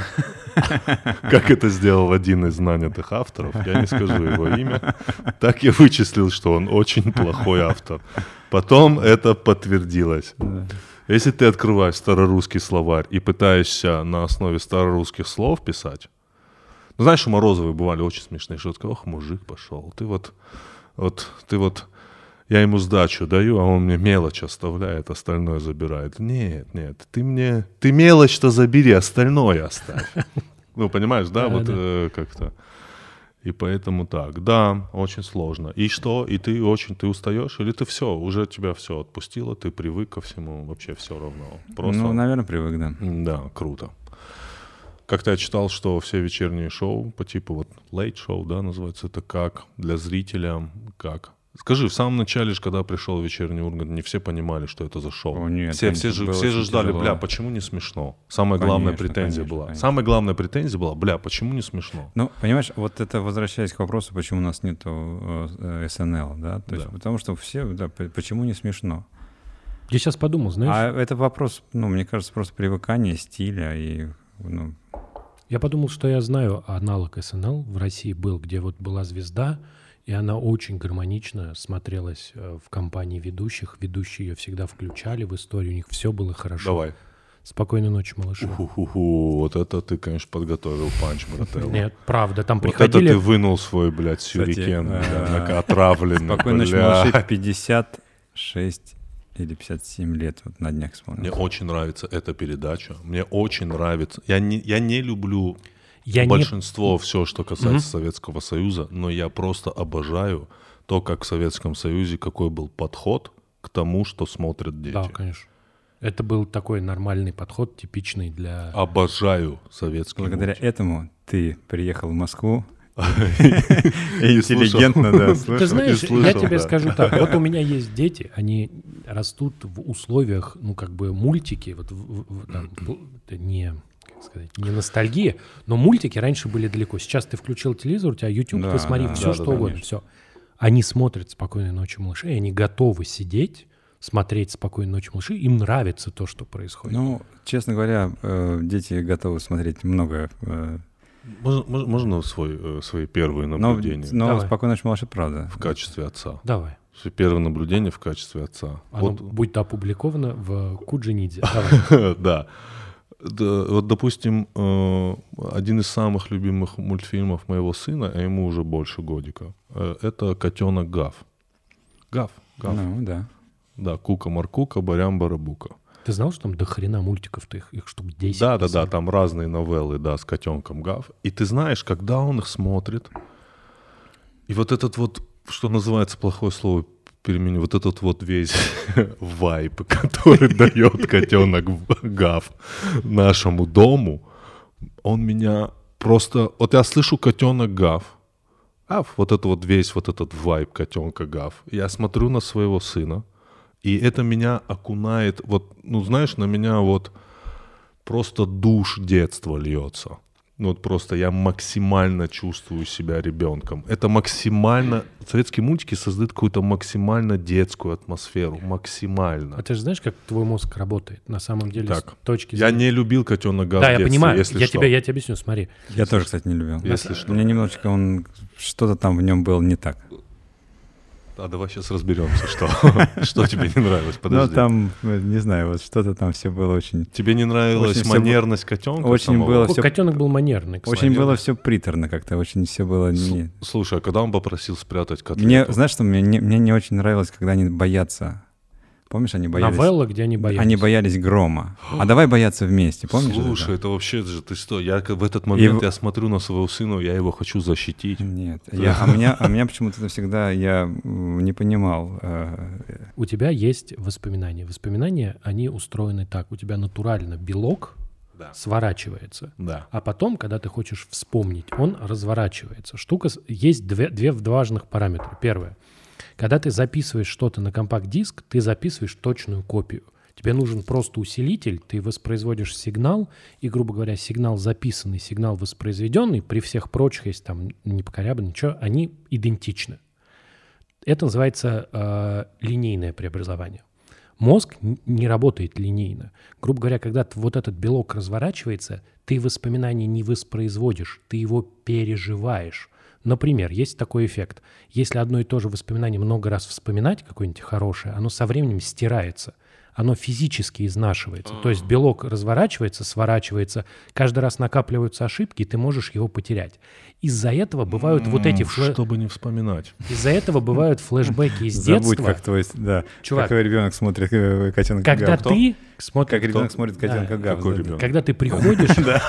как это сделал один из нанятых авторов, я не скажу его имя, так я вычислил, что он очень плохой автор. Потом это подтвердилось. Если ты открываешь старорусский словарь и пытаешься на основе старорусских слов писать, ну, знаешь, у Морозовой бывали очень смешные шутки. Ох, мужик пошел, ты вот, вот, ты вот, я ему сдачу даю, а он мне мелочь оставляет, остальное забирает. Нет, нет, ты мне, ты мелочь-то забери, остальное оставь. Ну, понимаешь, да, вот как-то. И поэтому так, да, очень сложно. И что? И ты очень, ты устаешь? Или ты все, уже тебя все отпустило, ты привык ко всему, вообще все равно? Просто... Ну, наверное, привык, да. Да, круто. Как-то я читал, что все вечерние шоу по типу вот late show, да, называется, это как для зрителя, как? Скажи, в самом начале, когда пришел вечерний Ургант, не все понимали, что это за шоу. О, нет, все, все, же, все же ждали, тяжело. бля, почему не смешно? Самая Конечно, главная претензия конечно, была. конечно. Самая главная претензия была, бля, почему не смешно? Ну, понимаешь, вот это возвращаясь к вопросу, почему у нас нету э, эс эн эл, да, то есть Да. потому что все, да, п- почему не смешно? Я сейчас подумал, знаешь, А это вопрос, ну, мне кажется, просто привыкания, стиля и, ну, я подумал, что я знаю аналог эс эн эл в России был, где вот была звезда, и она очень гармонично смотрелась э, в компании ведущих. Ведущие ее всегда включали в историю, у них все было хорошо. Давай. Спокойной ночи, малыши. Уху-ху-ху, вот это ты, конечно, подготовил панч, брателло. Нет, правда, там Вот приходили... это ты вынул свой, блядь, Кстати, сюрикен, э, бля, отравленный, спокойной ночи, бля. малыши, пятьдесят шесть или пятьдесят семь лет, вот на днях вспомнил. Мне очень нравится эта передача. Мне очень нравится. Я не, я не люблю Я не... большинство все, что касается Советского Союза, но я просто обожаю то, как в Советском Союзе, какой был подход к тому, что смотрят дети. Да, конечно. Это был такой нормальный подход, типичный для... Обожаю советский Благодаря мультик. этому ты приехал в Москву. И Интеллигентно, да, Ты слышал. знаешь, и слышал, я тебе да. скажу так. Вот у меня есть дети, они растут в условиях, ну, как бы мультики, вот в- в- там, бл- это не, как сказать, не ностальгия, но мультики раньше были далеко. Сейчас ты включил телевизор, у тебя YouTube, Да, ты смотри, да, все да, что да, угодно, конечно. все. Они смотрят «Спокойной ночи, малыши», и они готовы сидеть, смотреть «Спокойной ночи, малыши», им нравится то, что происходит. Ну, честно говоря, э, дети готовы смотреть много. э, Можно, можно- можно свой, э, свои первые Но, наблюдения но Давай. «Спокойной ночи, малыши», правда. в качестве отца? Давай. Свои первые наблюдения в качестве отца. Оно Вот- будет опубликовано в Куджи-Нидзе. Давай. Да. Да, вот, допустим, э, один из самых любимых мультфильмов моего сына, а ему уже больше годика, э, это «Котенок Гав». Гав, Гав. Ну, да. Да, Кука-Маркука, Барям-Барабука. Ты знал, что там до хрена мультиков-то их, их штук десять? Да, да, на да, самом там разные новеллы, да, с котенком Гав. И ты знаешь, когда он их смотрит, и вот этот вот, что называется, плохое слово переменю, вот этот вот весь вайб, который дает котенок Гав нашему дому, он меня просто... Вот я слышу котенок Гав, Гав, вот это вот весь вот этот вайб котенка Гав. Я смотрю на своего сына, и это меня окунает, вот, ну, знаешь, на меня вот просто душ детства льется. Ну вот просто я максимально чувствую себя ребенком. Это максимально... Советские мультики создают какую-то максимально детскую атмосферу. Максимально. А ты же знаешь, как твой мозг работает на самом деле Так, с точки я зрения... не любил «Котенок Гав» Да, в я детстве, понимаю. если Я что. тебе, я тебе объясню, смотри. Я тоже, кстати, не любил. Если что. Мне немножечко он... Что-то там в нем было не так. А давай сейчас разберемся, что, что тебе не нравилось. Ну, Подожди. там, не знаю, вот что-то там все было очень... Тебе не нравилась Очень всё манерность котенка? очень самого? было О, всё- котенок был манерный, кстати. Очень было все приторно как-то, очень все было... Не... Слушай, а когда он попросил спрятать котлету? Мне, знаешь, что мне не, мне не очень нравилось, когда они боятся... Помнишь, они боялись... Новелла, где они боялись. Они боялись грома. А давай бояться вместе, помнишь? Слушай, это? это вообще же ты что? Я как в этот момент И- я смотрю на своего сына, я его хочу защитить. Нет. Я, а, меня, а меня почему-то это всегда... Я м, не понимал. э, У тебя есть воспоминания. Воспоминания, они устроены так. У тебя натурально белок Да. сворачивается. Да. А потом, когда ты хочешь вспомнить, он разворачивается. Штука... с- Есть две, две важных параметра. Первое. Когда ты записываешь что-то на компакт-диск, ты записываешь точную копию. Тебе нужен просто усилитель, ты воспроизводишь сигнал, и, грубо говоря, сигнал записанный, сигнал воспроизведенный, при всех прочих, если там не покорябы, ничего, они идентичны. Это называется э, линейное преобразование. Мозг н- не работает линейно. Грубо говоря, когда т- вот этот белок разворачивается, ты воспоминание не воспроизводишь, ты его переживаешь. Например, есть такой эффект. Если одно и то же воспоминание много раз вспоминать, какое-нибудь хорошее, оно со временем стирается. Оно физически изнашивается. То есть белок разворачивается, сворачивается, каждый раз накапливаются ошибки, и ты можешь его потерять. Из-за этого бывают вот эти... флэ- Чтобы не вспоминать. Из-за этого бывают флешбеки из Забудь, детства. как твой... Да. Чувак. Как твой ребенок смотрит э, котенка Когда Гав. ты смотришь... Как ребенок смотрит котенка Гав. Какой да. ребенок? Когда ты приходишь...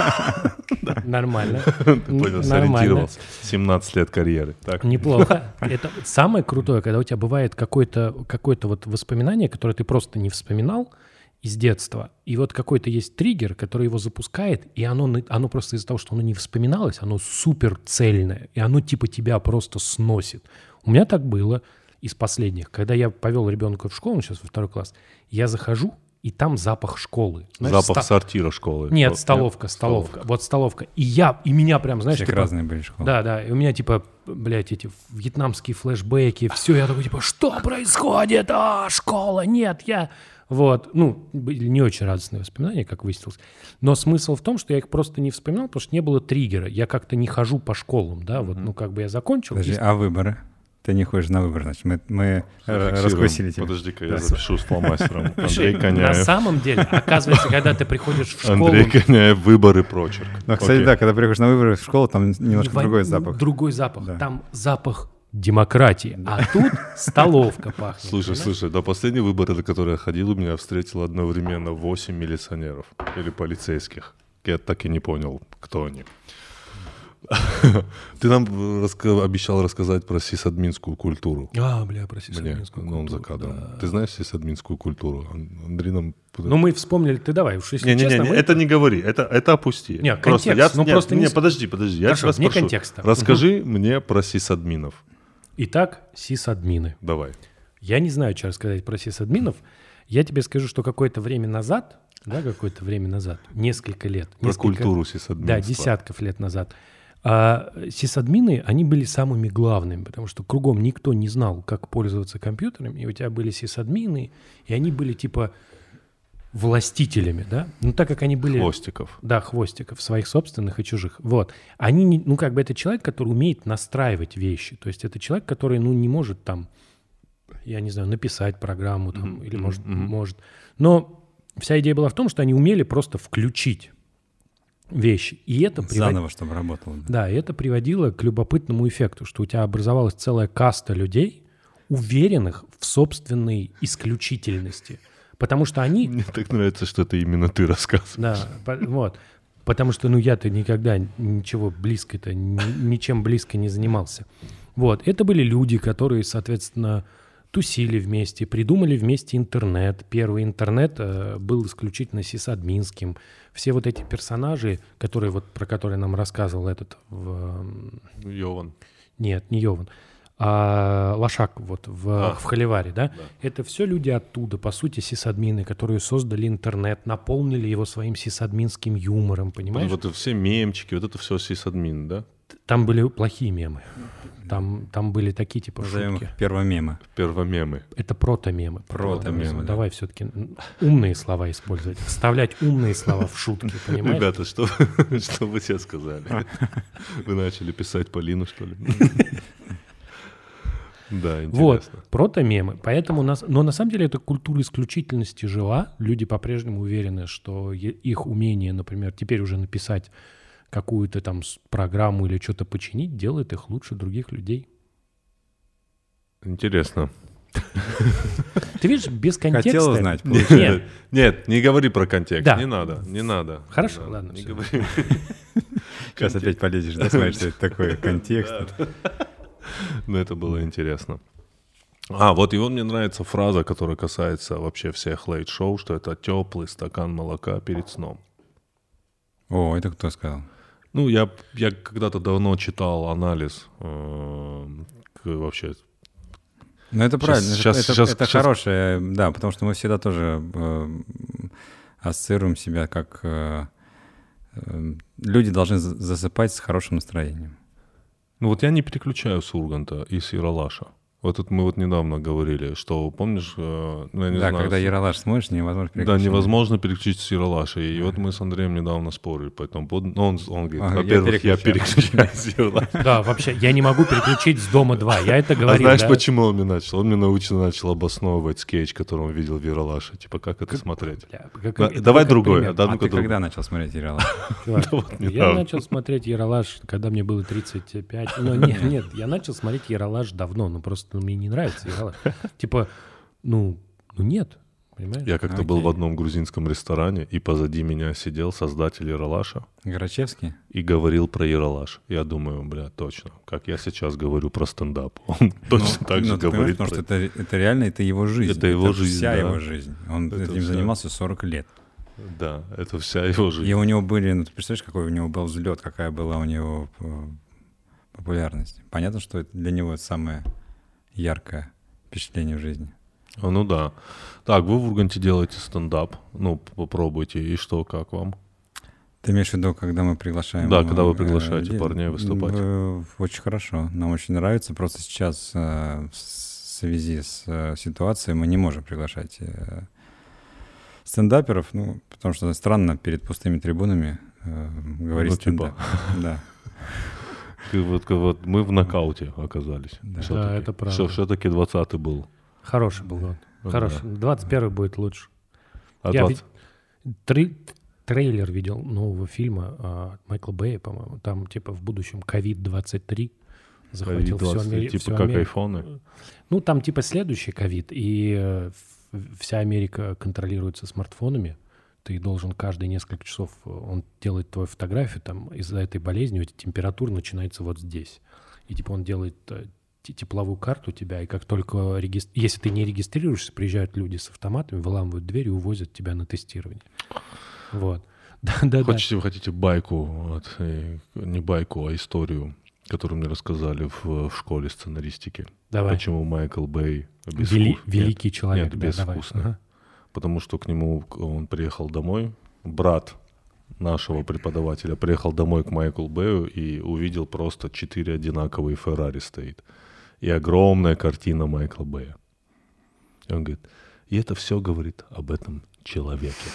Нормально. Ты понял, Нормально. сориентировался. семнадцать лет карьеры. Так. Неплохо. Это самое крутое, когда у тебя бывает какое-то какое-то вот воспоминание, которое ты просто не вспоминал из детства, и вот какой-то есть триггер, который его запускает, и оно, на- оно просто из-за того, что оно не вспоминалось, оно супер цельное, и оно типа тебя просто сносит. У меня так было из последних. Когда я повел ребенка в школу, он сейчас во второй класс, я захожу, и там запах школы. Знаешь, Запах ста- сортира школы. Нет, Вот, столовка, столовка. Вот столовка. И я, и меня прям, знаешь, Всех типа... разные были школы. Да, да, и у меня типа, блядь, эти вьетнамские флешбеки, все, я такой типа, что происходит? А, школа, нет, я... Вот, ну, были не очень радостные воспоминания, как выяснилось. Но смысл в том, что я их просто не вспоминал, потому что не было триггера. Я как-то не хожу по школам, да, вот, ну, как бы я закончил. Подожди, и- а выборы? Ты не ходишь на выборы, значит, мы, мы р- Фиксируем. раскусили тебя. Подожди-ка, я Да. запишу с фломастером. Слушай, Андрей на Коняев. самом деле, оказывается, когда ты приходишь в школу... Андрей Коняев, выборы, прочерк. Ну, кстати, Окей. да, когда приходишь на выборы в школу, там немножко не во- другой запах. Другой запах. Да. Там запах демократии. А тут столовка пахнет. Слушай, понимаешь? слушай, до последней выборы, на которые я ходил, у меня встретило одновременно восемь милиционеров или полицейских. Я так и не понял, кто они. Ты нам раска- обещал рассказать про сисадминскую культуру. А, бля, прости, Мне, садминскую ну, он за культуру, кадром. да. Ты знаешь сисадминскую культуру? Ан- Андрей нам... Ну, мы вспомнили, ты давай, уж если честно... Не-не-не, мы- это не говори, это, это опусти. Не, Просто контекст, я, ну, не, просто не, не с- подожди, подожди, я Хорошо, тебя вне спрошу. контекста. Расскажи мне про сисадминов. Итак, сисадмины. Давай. Я не знаю, что рассказать про сисадминов. Я тебе скажу, что какое-то время назад, да, какое-то время назад, несколько лет. Про несколько- культуру сисадминства. Да, десятков лет назад. А сисадмины, они были самыми главными, потому что кругом никто не знал, как пользоваться компьютерами, и у тебя были сисадмины, и они были типа властителями, да? Ну, так как они были... Хвостиков. Да, хвостиков, своих собственных и чужих. Вот. Они, не- ну, как бы это человек, который умеет настраивать вещи. То есть это человек, который, ну, не может там, я не знаю, написать программу там, или может, может. Но вся идея была в том, что они умели просто включить вещи. И это привод- Заново, чтобы работало. да. Да, и это приводило к любопытному эффекту, что у тебя образовалась целая каста людей, уверенных в собственной исключительности. Потому что они... Мне так нравится, что это именно ты рассказываешь. Да, по- вот. Потому что, ну, я-то никогда ничего близко-то, ни- ничем близко не занимался. Вот. Это были люди, которые, соответственно, тусили вместе, придумали вместе интернет. Первый интернет э, был исключительно сисадминским. Все вот эти персонажи, которые, вот, про которые нам рассказывал этот... в, м, Йован. нет, не Йован. а, Лошак вот в, А. в Холиваре, да? Да. Это все люди оттуда, по сути, сисадмины, которые создали интернет, наполнили его своим сисадминским юмором, понимаешь? Вот это все мемчики, вот это все сисадмин, да? Там были плохие мемы. Там, там были такие типа Назовем шутки. их первомемы. Первомемы. Это протомемы. Протомемы, да. Давай все-таки умные слова использовать. Вставлять умные слова в шутки, понимаешь? Ребята, что, что вы все сказали? Вы начали писать Полину, что ли? Да, интересно. Вот, протомемы. Поэтому нас... Но на самом деле эта культура исключительности жила. Люди по-прежнему уверены, что е- их умение, например, теперь уже написать какую-то там с- программу или что-то починить, делает их лучше других людей. Интересно. Ты видишь, без контекста... Хотел узнать. Нет, Нет, не говори про контекст. Да. Не надо, не надо. Хорошо, Не надо, ладно, не всё. говори. Сейчас опять полезешь, да, смотришь, что это такое, контекст. Но это было интересно. А, вот и вот мне нравится фраза, которая касается вообще всех лейт-шоу, что это теплый стакан молока перед сном. О, это кто сказал? Ну, я, я когда-то давно читал анализ э, к- вообще. Ну, это Щас- правильно, это- щас- это, щас- это щас- хорошее, да, потому что мы всегда тоже э, ассоциируем себя как... э, э, люди должны за- засыпать с хорошим настроением. Ну вот я не переключаю с Урганта и с Ералаша. Вот это мы вот недавно говорили, что, помнишь, э, ну, я не Да, знаю, когда с- Ералаш смотришь, невозможно Да, переключить. невозможно переключить с Ералаша. И вот мы с Андреем недавно спорили по этому поводу. Ну, он, он говорит, Ага, я во-первых, я переключаю. переключаю с Ералаша. да, вообще, я не могу переключить с дома два. Я это А говорил, знаешь, да? почему он мне начал? Он мне научно начал обосновывать скетч, который он видел в Ералаше. Типа, как это смотреть? Бля, как- Да, это давай как другой. пример. да, А ну-ка ты другой. когда начал смотреть Ералаш? Чувак, вот я недавно. начал смотреть Ералаш, когда мне было тридцать пять. Ну, нет, нет, я начал смотреть Ералаш давно, но просто ну, мне не нравится Ералаш. Типа, ну, ну нет, понимаешь? Я как-то Окей. был в одном грузинском ресторане, и позади меня сидел создатель Ералаша Горачевский? и говорил про Ералаш. Я думаю, бля, точно, как я сейчас говорю про стендап. Он точно так же Ну, ты понимаешь, говорит потому про... что это, это реально, это его жизнь. Это его жизнь, вся да. его жизнь. Он Это этим вся. занимался сорок лет. Да, это вся его жизнь. И у него были, ну ты представляешь, какой у него был взлет, какая была у него э, популярность. Понятно, что это для него это самое яркое впечатление в жизни. А, ну да. Так, вы в Урганте делаете стендап. Ну, попробуйте. И что, как вам? Ты имеешь в виду, когда мы приглашаем... Да, когда вы э, приглашаете людей? парней выступать. Э, Очень хорошо. Нам очень нравится. Просто сейчас э, в связи с э, ситуацией мы не можем приглашать э, стендаперов, ну, потому что странно перед пустыми трибунами э, говорить Ну, типа. стендап. Да. Ты Вот, вот мы в нокауте оказались. Да. Всё-таки. Да, это правда. Все, все-таки двадцатый был. Хороший был год. Ну, Хороший. да. двадцать первый будет лучше. А Я двадцать ви- трей- трейлер видел нового фильма а, от Майкла Бэя, по-моему. Там типа в будущем ковид двадцать три захватил всю, двадцать, Амери- типа всю как Америку. айфоны. Ну, там типа следующий ковид, и э, в- вся Америка контролируется смартфонами. Ты должен каждые несколько часов, э, он делает твою фотографию, там из-за этой болезни у тебя температура начинается вот здесь. И типа он делает э, те- тепловую карту у тебя, и как только, регис- если ты не регистрируешься, приезжают люди с автоматами, выламывают дверь и увозят тебя на тестирование. Вот. Да-да-да. Хотите, вы хотите байку, вот, э, не байку, а историю, которую мне рассказали в, в школе сценаристики. Давай. Почему Майкл Бэй безвкус- Вели- Нет, великий человек. Нет, да, давай. безвкусный. Ага. Потому что к нему он приехал домой, брат нашего преподавателя приехал домой к Майклу Бэю и увидел просто четыре одинаковые Феррари стоит. И огромная картина Майкла Бэя. И он говорит, и это все говорит об этом человеке.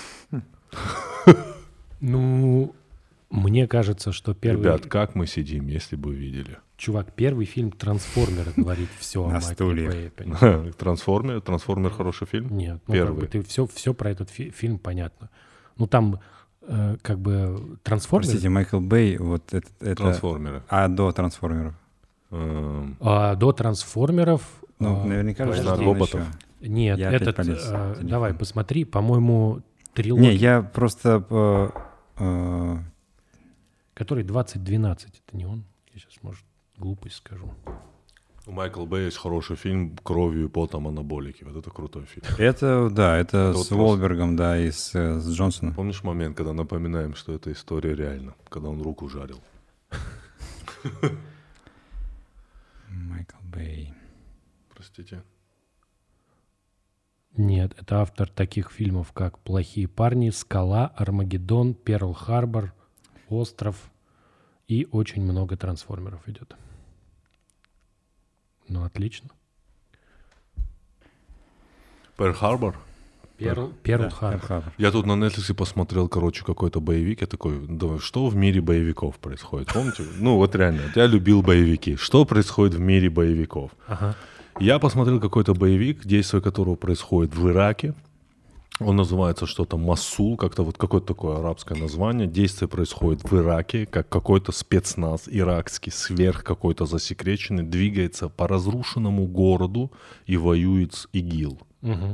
Ну, мне кажется, что первый... Ребят, как мы сидим, если бы вы видели? Чувак, первый фильм «Трансформеры» говорит все о На Майкле стуле. Бэе, понимаешь? Трансформер, Трансформер хороший фильм? Нет, ну Первый. как бы ты все, все про этот фи- фильм понятно. Ну там э, как бы «Трансформеры», Простите, Майкл Бэй, вот это... это... Трансформеры. А до трансформеров? Эм, а до «Трансформеров» Ну, а, наверняка же подожди. что-то роботов. еще. Нет, Я опять этот, полез в э, телефон. давай, посмотри, по-моему, трилогия, Не, я просто... э, э, который двадцать двенадцать, это не он? Я сейчас, может, глупость скажу. У Майкла Бэя есть хороший фильм «Кровью и потом анаболики». Вот это крутой фильм. Это, да, это Это с вот просто- Уолбергом, да, и с, э, с Джонсоном. Помнишь момент, когда напоминаем, что эта история реальна? Когда он руку жарил. Майкл Бэй. Простите. Нет, это автор таких фильмов, как «Плохие парни», «Скала», «Армагеддон», «Перл-Харбор», «Остров» и очень много трансформеров идет. Ну, отлично. Перл-Харбор? Перл, Перл-Харбор. Я тут на Netflix посмотрел, короче, какой-то боевик. Я такой, думаю, что в мире боевиков происходит? Помните? Ну, вот реально, я любил боевики. Что происходит в мире боевиков? Ага. Я посмотрел какой-то боевик, действие которого происходит в Ираке. Он называется что-то Масул, как-то вот какое-то такое арабское название. Действие происходит в Ираке, как какой-то спецназ иракский, сверх какой-то засекреченный, двигается по разрушенному городу и воюет с ИГИЛ. Угу.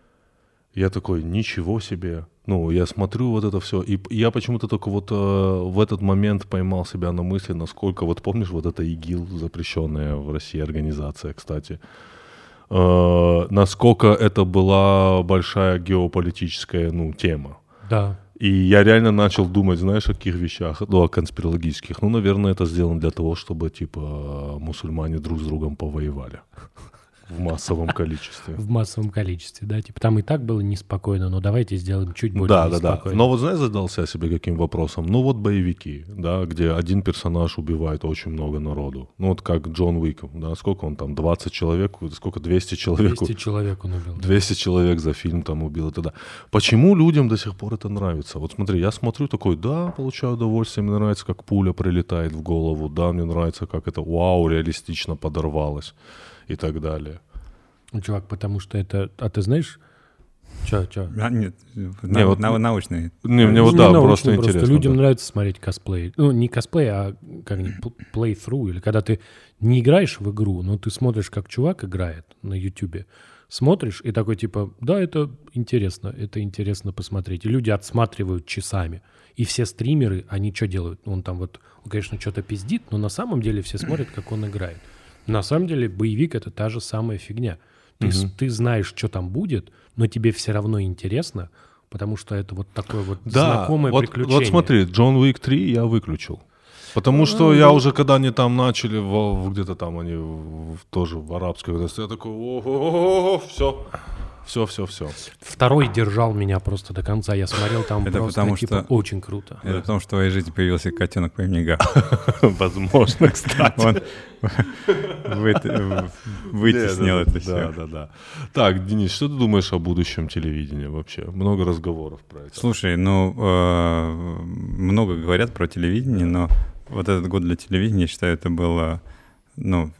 Я такой, ничего себе. Ну, я смотрю вот это все, и я почему-то только вот э, в этот момент поймал себя на мысли, насколько, вот помнишь, вот это ИГИЛ, запрещенная в России организация, кстати, э, насколько это была большая геополитическая, ну, тема. Да. И я реально начал думать, знаешь, о каких вещах, ну, о конспирологических. Ну, наверное, это сделано для того, чтобы, типа, мусульмане друг с другом повоевали. В массовом количестве. В массовом количестве, да. Типа там и так было неспокойно, но давайте сделаем чуть более да, неспокойно. Да, да. Но вот знаешь, задался я себе каким вопросом? Ну вот боевики, да, где один персонаж убивает очень много народу. Ну вот как Джон Уик, да, сколько он там, двадцать человек, сколько, двести человек? двести человек он убил. двести человек за фильм там убил и т.д. Почему людям до сих пор это нравится? Вот смотри, я смотрю такой, да, получаю удовольствие, мне нравится, как пуля прилетает в голову, да, мне нравится, как это, вау, реалистично подорвалось. И так далее. Ну, чувак, потому что это... А ты знаешь... Чё, чё? А, нет, не, на, вот, на, научные. Не, мне ну, вот, не да, научные, просто интересно. Просто людям да. нравится смотреть косплей. Ну, не косплей, а как-нибудь play-through. Или когда ты не играешь в игру, но ты смотришь, как чувак играет на Ютубе. Смотришь и такой типа, да, это интересно, это интересно посмотреть. И люди отсматривают часами. И все стримеры, они что делают? Он там вот, он, конечно, что-то пиздит, но на самом деле все смотрят, как он играет. На самом деле боевик — это та же самая фигня. Ты, Угу. ты знаешь, что там будет, но тебе все равно интересно, потому что это вот такое вот да, знакомое вот, приключение. вот смотри, Джон Уик три я выключил. Потому что я уже, когда они там начали, в, в, где-то там они в, тоже в арабской, я такой, о-о-о-о, все, все, все, все. Второй держал меня просто до конца. Я смотрел там это просто потому, типа что... очень круто. Это потому, что в твоей жизни появился котенок по имени Гав. Возможно, кстати. Он вытеснил это все. Да, да, да. Так, Денис, что ты думаешь о будущем телевидении вообще? Много разговоров про это. Слушай, ну, много говорят про телевидение, но вот этот год для телевидения, я считаю, это было, ну,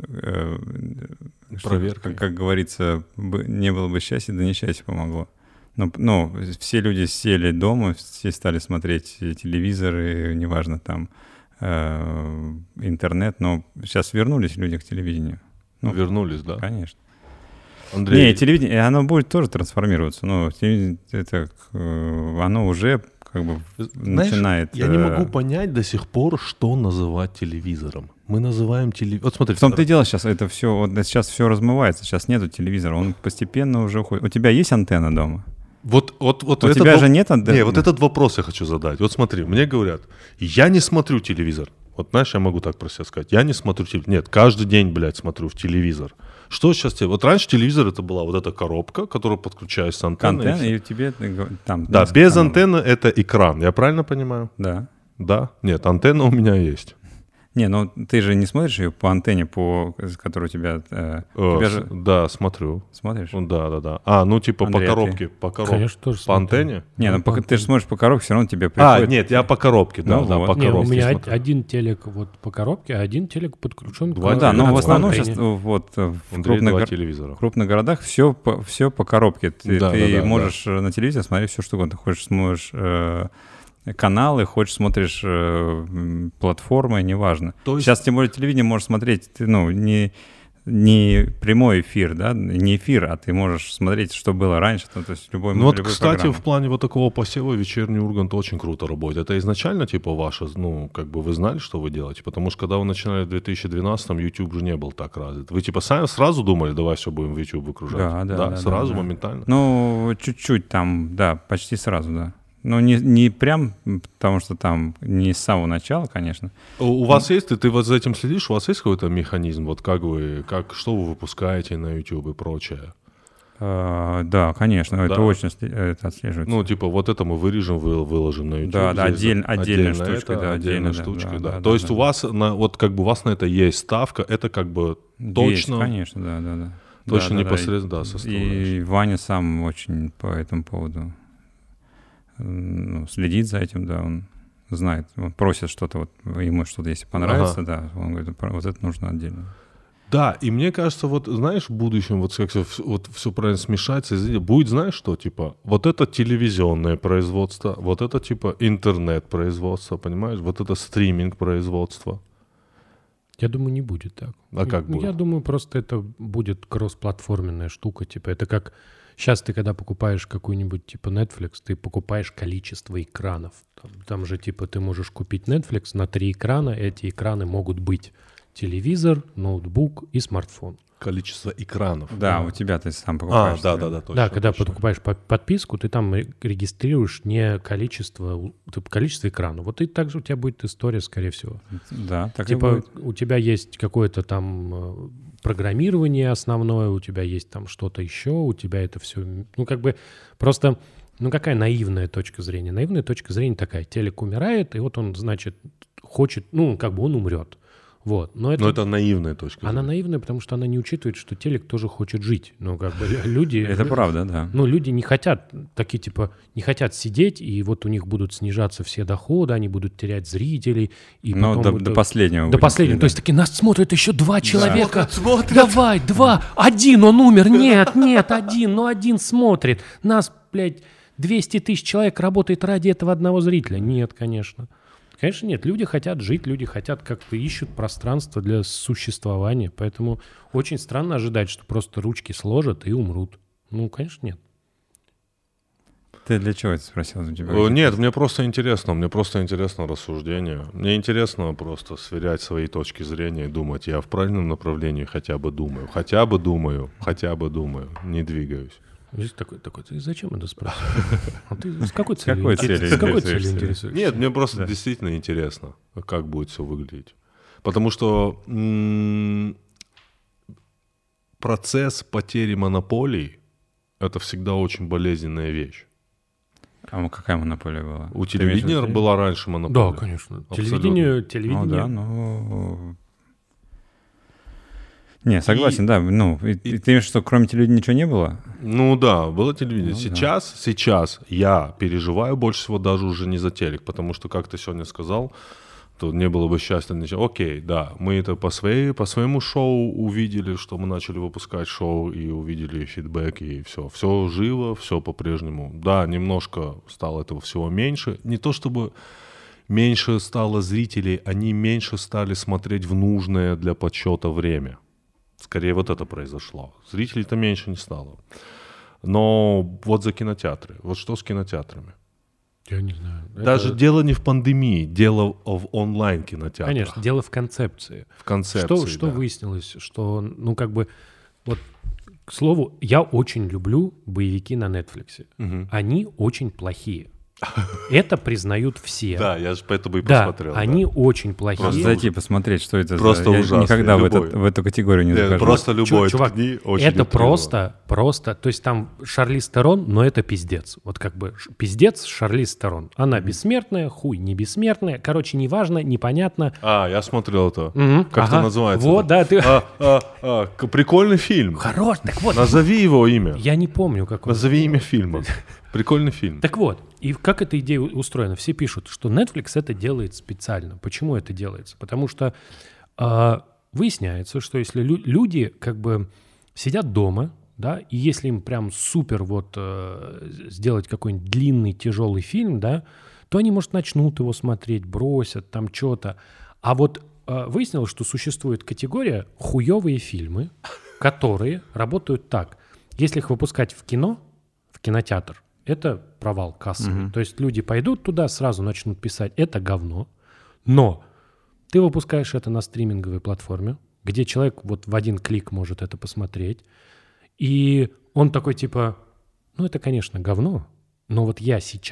проверка. Как, как говорится, не было бы счастья, да несчастье помогло. Ну, ну, все люди сели дома, все стали смотреть телевизоры, неважно, там, э, интернет, но сейчас вернулись люди к телевидению. Ну, вернулись, да? Конечно. Андрей... Не, телевидение, оно будет тоже трансформироваться, но это, оно уже как бы Знаешь, начинает... Я не могу понять до сих пор, что называть телевизором. Мы называем телевизор... Вот смотри. В том-то и дело, сейчас это все, вот сейчас все размывается, сейчас нету телевизора, он постепенно уже уходит. У тебя есть антенна дома? Вот, вот, вот У этот тебя в... же нет антенны? Не, вот этот вопрос я хочу задать. Вот смотри, мне говорят, я не смотрю телевизор. Вот знаешь, я могу так про себя сказать. Я не смотрю телевизор. Нет, каждый день, блядь, смотрю в телевизор. Что сейчас тебе? Вот раньше телевизор это была вот эта коробка, которую подключаешь с антенной. Антенна, и, и тебе там... Да, без каналов. Антенны это экран. Я правильно понимаю? Да. Да? Нет, антенна у меня есть. Не, ну ты же не смотришь ее по антенне, по которой у тебя... Э, О, тебя с, же... Да, смотрю. Смотришь? Да, да, да. А, ну типа Андрей, по а коробке. ты? По коробке. Конечно, тоже по смотрю. антенне? Не, да, ну по, по ты же смотришь по коробке, все равно тебе приходит... А, нет, я по коробке, да, ну, да, вот. по Не, коробке. у меня смотрю. один телек вот по коробке, а один телек подключен Два к Да, но в телека. основном антенне. сейчас вот в Андрей, крупных, два гор... телевизора. в крупных городах все по, все по коробке. Ты, Да, ты да, да, можешь да. на телевизоре смотреть все, что угодно. Ты хочешь, смотришь э, каналы, хочешь, смотришь э, платформы, неважно. То есть... Сейчас, тем более, телевидение можешь смотреть, ты, ну, не, не прямой эфир, да, не эфир, а ты можешь смотреть, что было раньше, то, то есть любой Ну вот, любой кстати, программы. в плане вот такого посева вечерний Ургант очень круто работает. Это изначально, типа, ваше, ну, как бы вы знали, что вы делаете? Потому что, когда вы начинали в две тысячи двенадцатом, YouTube же не был так развит. Вы, типа, сами сразу думали, давай все будем в YouTube выгружать? Да, да, да. Сразу, да, да. моментально? Ну, чуть-чуть там, да, почти сразу, да. Ну, не, не прям, потому что там не с самого начала, конечно. У, у вас есть, ты, ты вот за этим следишь, у вас есть какой-то механизм, вот как вы, как, что вы выпускаете на YouTube и прочее? Uh, да, конечно, да. Это очень это отслеживается. Ну, типа, вот это мы вырежем, вы, выложим на YouTube. Да, да, отдель, отдельная штучка, это, да, отдельная да, штучка, да. да. да, То да, есть да, у вас, на, вот как бы у вас на это есть ставка, это как бы есть, точно... конечно, да, да, да. Точно да, непосредственно, да, да, составляешь. И Ваня сам очень по этому поводу ну, следит за этим, да, он знает, он просит что-то, вот ему что-то, если понравится, ага. да, он говорит, вот это нужно отдельно. Да, и мне кажется, вот знаешь, в будущем вот как все, вот все правильно смешается, будет, знаешь что, типа, вот это телевизионное производство, вот это типа интернет-производство, понимаешь, вот это стриминг-производство. Я думаю, не будет так. А как будет? Я думаю, просто это будет кроссплатформенная штука, типа, это как сейчас ты, когда покупаешь какой-нибудь типа Netflix, ты покупаешь количество экранов. Там, там же типа ты можешь купить Netflix на три экрана, эти экраны могут быть телевизор, ноутбук и смартфон. Количество экранов. Да, да. У тебя ты сам покупаешь. А, да, да, да, точно. Да, когда точно. покупаешь подписку, ты там регистрируешь не количество, ты количество экранов. Вот и так же у тебя будет история, скорее всего. Да, так типа и будет. У тебя есть какое-то там программирование основное, у тебя есть там что-то еще, у тебя это все... Ну, как бы просто... Ну, какая наивная точка зрения? Наивная точка зрения такая. Телек умирает, и вот он, значит, хочет... Ну, как бы он умрет. Вот. Но, это, Но это наивная точка зрения. Она наивная, потому что она не учитывает, что телек тоже хочет жить. Ну, как бы люди... Это правда, да. Ну, люди не хотят, такие типа, не хотят сидеть, и вот у них будут снижаться все доходы, они будут терять зрителей. И Но потом до, вот, до последнего. До последнего. Да. То есть такие, нас смотрят еще два человека. Смотрят, смотрят. Давай, два. Один, он умер. Нет, нет, один. Ну, один смотрит. Нас, блядь, двести тысяч человек работает ради этого одного зрителя. Нет, конечно. Конечно, нет. Люди хотят жить, люди хотят как-то ищут пространство для существования. Поэтому очень странно ожидать, что просто ручки сложат и умрут. Ну, конечно, нет. Ты для чего это спросил? У тебя? Нет, мне просто интересно, мне просто интересно рассуждение. Мне интересно просто сверять свои точки зрения и думать, я в правильном направлении хотя бы думаю, хотя бы думаю, хотя бы думаю, не двигаюсь. Здесь такой, такой, ты зачем это спрашиваешь? А ты с какой целью? Какой целью С какой целью интересуешься? интересуешься? Нет, мне просто Да. действительно интересно, как будет все выглядеть. Потому что м- процесс потери монополий — это всегда очень болезненная вещь. А какая монополия была? У Ты имеешь в телевидения виду? была раньше монополия. Да, конечно. Абсолютно. Телевидение, телевидение. Ну да, ну... Не, согласен, И- да. Ну, и, и- и ты имеешь в виду, что кроме телевидения ничего не было? Ну да, было телевидение. Ну, сейчас, сейчас я переживаю больше всего даже уже не за телек, потому что, как ты сегодня сказал, то не было бы счастья. начать. Окей, да, мы это по, своей, по своему шоу увидели, что мы начали выпускать шоу, и увидели фидбэк, и все. Все живо, все по-прежнему. Да, немножко стало этого всего меньше. Не то чтобы меньше стало зрителей, они меньше стали смотреть в нужное для подсчета время. Скорее вот это произошло. Зрителей-то меньше не стало. Но вот за кинотеатры. Вот что с кинотеатрами? Я не знаю. Даже Это- дело не в пандемии, дело в онлайн-кинотеатрах. Конечно, дело в концепции. В концепции, Что, что да. выяснилось? Что, ну, как бы, вот, к слову, я очень люблю боевики на Netflix. Мгм. Они очень плохие. Это признают все. Да, я же поэтому и Да, посмотрел. да. они очень плохие. Просто зайти посмотреть, что это Просто за... Я ужасно, никогда в, любой. этот, в эту категорию не Нет, захожу. просто любой Чу- чувак, ткни, очень это утрированно. просто, просто, то есть там Шарлиз Терон, но это пиздец. Вот как бы ш- пиздец Шарлиз Терон. Она бессмертная, хуй не бессмертная. Короче, неважно, непонятно. А, я смотрел это. Мгм, Как ага. это называется? Вот, да, ты... А, а, а, к- прикольный фильм. Хорош, так вот. Назови его имя. Я не помню, как он. Назови имя фильма. Прикольный фильм. Так вот, и как эта идея у- устроена? Все пишут, что Netflix это делает специально. Почему это делается? Потому что а, выясняется, что если лю- люди как бы сидят дома, да, и если им прям супер вот э, сделать какой-нибудь длинный тяжелый фильм, да, то они, может, начнут его смотреть, бросят там что-то. А вот э, выяснилось, что существует категория хуевые фильмы, которые работают так. Если их выпускать в кино, в кинотеатр, это провал кассовый. Мгм. То есть люди пойдут туда, сразу начнут писать «это говно». Но ты выпускаешь это на стриминговой платформе, где человек вот в один клик может это посмотреть, и он такой типа «ну это, конечно, говно, но вот я сейчас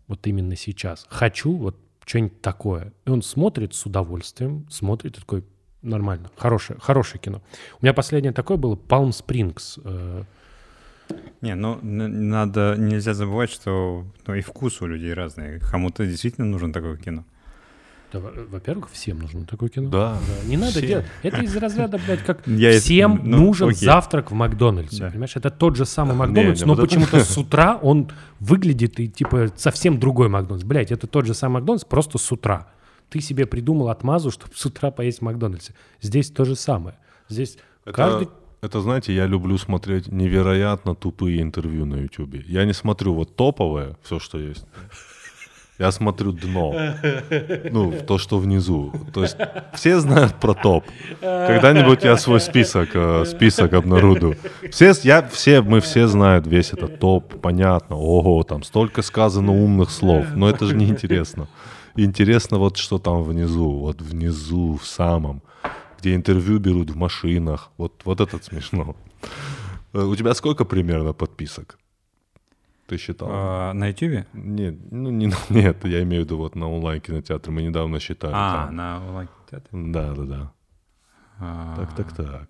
вот именно сейчас. Хочу вот что-нибудь такое. И он смотрит с удовольствием, смотрит и такой, нормально, хорошее, хорошее кино. У меня последнее такое было Palm Springs. Э, Не, ну н- надо, нельзя забывать, что ну, и вкус у людей разный. Кому-то действительно нужно такое кино. да, во- во-первых, всем нужно такое кино. Да. Да, не надо Всем. делать. Это из разряда, блядь, как Я это- всем ну, нужен окей. завтрак в Макдональдсе. Да. Понимаешь, это тот же самый Макдональдс, не, но вот это- почему-то с утра он выглядит и типа совсем другой Макдональдс. Блядь, это тот же самый Макдональдс, просто с утра. Ты себе придумал отмазу, чтобы с утра поесть в Макдональдсе. Здесь то же самое. Здесь Это, каждый... это, знаете, я люблю смотреть невероятно тупые интервью на Ютубе. Я не смотрю вот топовое, все, что есть. Я смотрю дно. Ну, то, что внизу. То есть все знают про топ. Когда-нибудь я свой список, э, список обнаружу. Все, я, все, мы все знают весь этот топ, понятно. Ого, там столько сказано умных слов. Но это же не интересно. Интересно вот, что там внизу. Вот внизу, в самом. Где интервью берут в машинах. Вот, вот это смешно. Э, У тебя сколько примерно подписок? Ты считал? А, на Ютубе? Нет, ну не, на- нет, я имею в виду вот на онлайн-кинотеатре. Мы недавно считали. А, там. на онлайн-театре? Да, да, да. А, Так, так, так.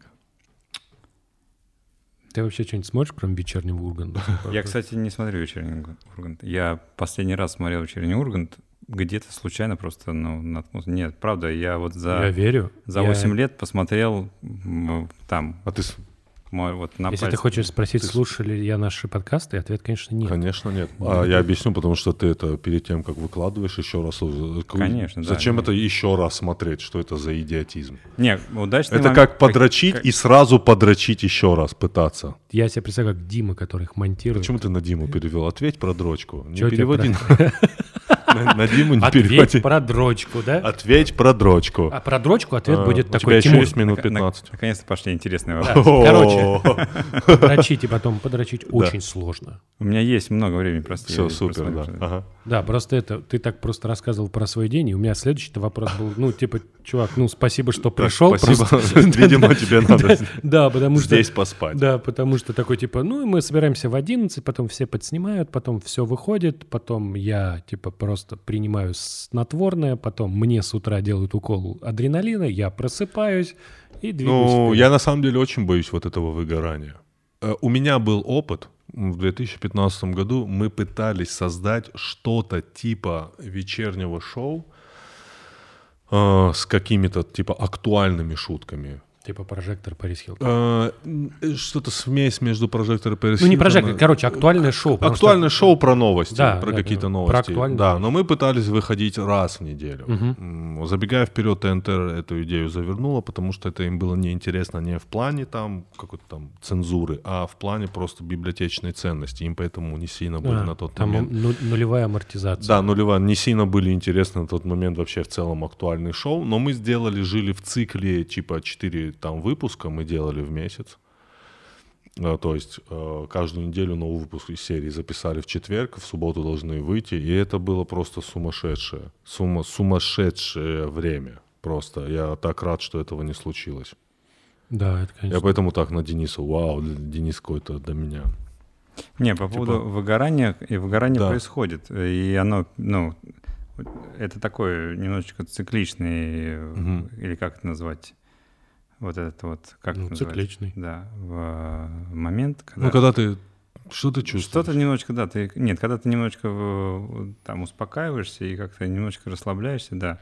Ты вообще что-нибудь смотришь, кроме вечернего Урганта? Я, кстати, не смотрю «Вечерний Ургант». Я последний раз смотрел «Вечерний Ургант» где-то случайно просто, ну, наткнулся. Нет, правда, я вот Я за, верю. за Я- восемь лет посмотрел м, там, А ты, с- мой, вот на Если ты пальце. хочешь спросить, Ты с- слушали ли я наши подкасты, ответ, конечно, нет. конечно, нет. А я объясню, потому что ты это перед тем, как выкладываешь, еще раз... э, к- Конечно, да. Зачем это еще раз смотреть, что это за идиотизм? Не, удачный Это момент- как подрочить как- и сразу подрочить еще раз пытаться. Я себе представляю, как Дима, который их монтирует. Почему ты на Диму перевел? Ответь про дрочку. Не Чё тебе переводи на- на на Диму, не Ответь переводи. про дрочку, да? Ответь про дрочку. А про дрочку ответ А, будет у такой, тебя еще Тимур, есть минут Нак- нак- пятнадцать. Наконец-то пошли интересные Да. вопросы. Короче. подрочить и потом подрочить очень сложно. У меня есть много времени просто. Все, я супер, просто да. смотрю. Ага. Да, просто это, ты так просто рассказывал про свой день, и у меня следующий вопрос был, ну, типа, чувак, ну, спасибо, что пришел. Спасибо. просто- Видимо, тебе надо Да, потому что... здесь поспать. Да, потому что такой, типа, ну, и мы собираемся в одиннадцать, потом все подснимают, потом все выходит, потом я, типа, просто принимаю снотворное, потом мне с утра делают укол адреналина, я просыпаюсь и двигаюсь. Ну, вперед. я на самом деле очень боюсь вот этого выгорания. Э, У меня был опыт. В две тысячи пятнадцатом году мы пытались создать что-то типа вечернего шоу э, с какими-то типа актуальными шутками. Типа прожектор Парис Хилтон. Э, Что-то смесь между прожектором и Пэрис Ну, не Хилтон. прожектор, короче, актуальное шоу. потому что- Актуальное шоу про новости, Да, про да, какие-то да, про новости. актуальные. Да, но мы пытались выходить раз в неделю. Мгм. М, Забегая вперед, ТНТ эту идею завернула, потому что это им было неинтересно не в плане там какой-то там цензуры, а в плане просто библиотечной ценности. Им поэтому не сильно были А, на тот там момент. ну- нулевая амортизация. Да, нулевая, не сильно были интересны на тот момент вообще в целом актуальные шоу, но мы сделали, жили в цикле типа четыре там выпуска, мы делали в месяц. А, То есть э, каждую неделю новый выпуск из серии записали в четверг, в субботу должны выйти, и это было просто сумасшедшее, сума, сумасшедшее время. Просто я так рад, что этого не случилось. Да, это, конечно. Я поэтому так на Дениса, вау, Денис какой-то до меня. Не, по поводу выгорания, и выгорание Да. происходит. И оно, ну, это такой немножечко цикличный, Мгм. или как это назвать, вот этот вот, как Ну, это называется? цикличный. Да, в момент, когда... Ну, когда ты, что ты чувствуешь? Что-то немножечко, да, ты, нет, когда ты немножечко в- там успокаиваешься и как-то немножечко расслабляешься, да.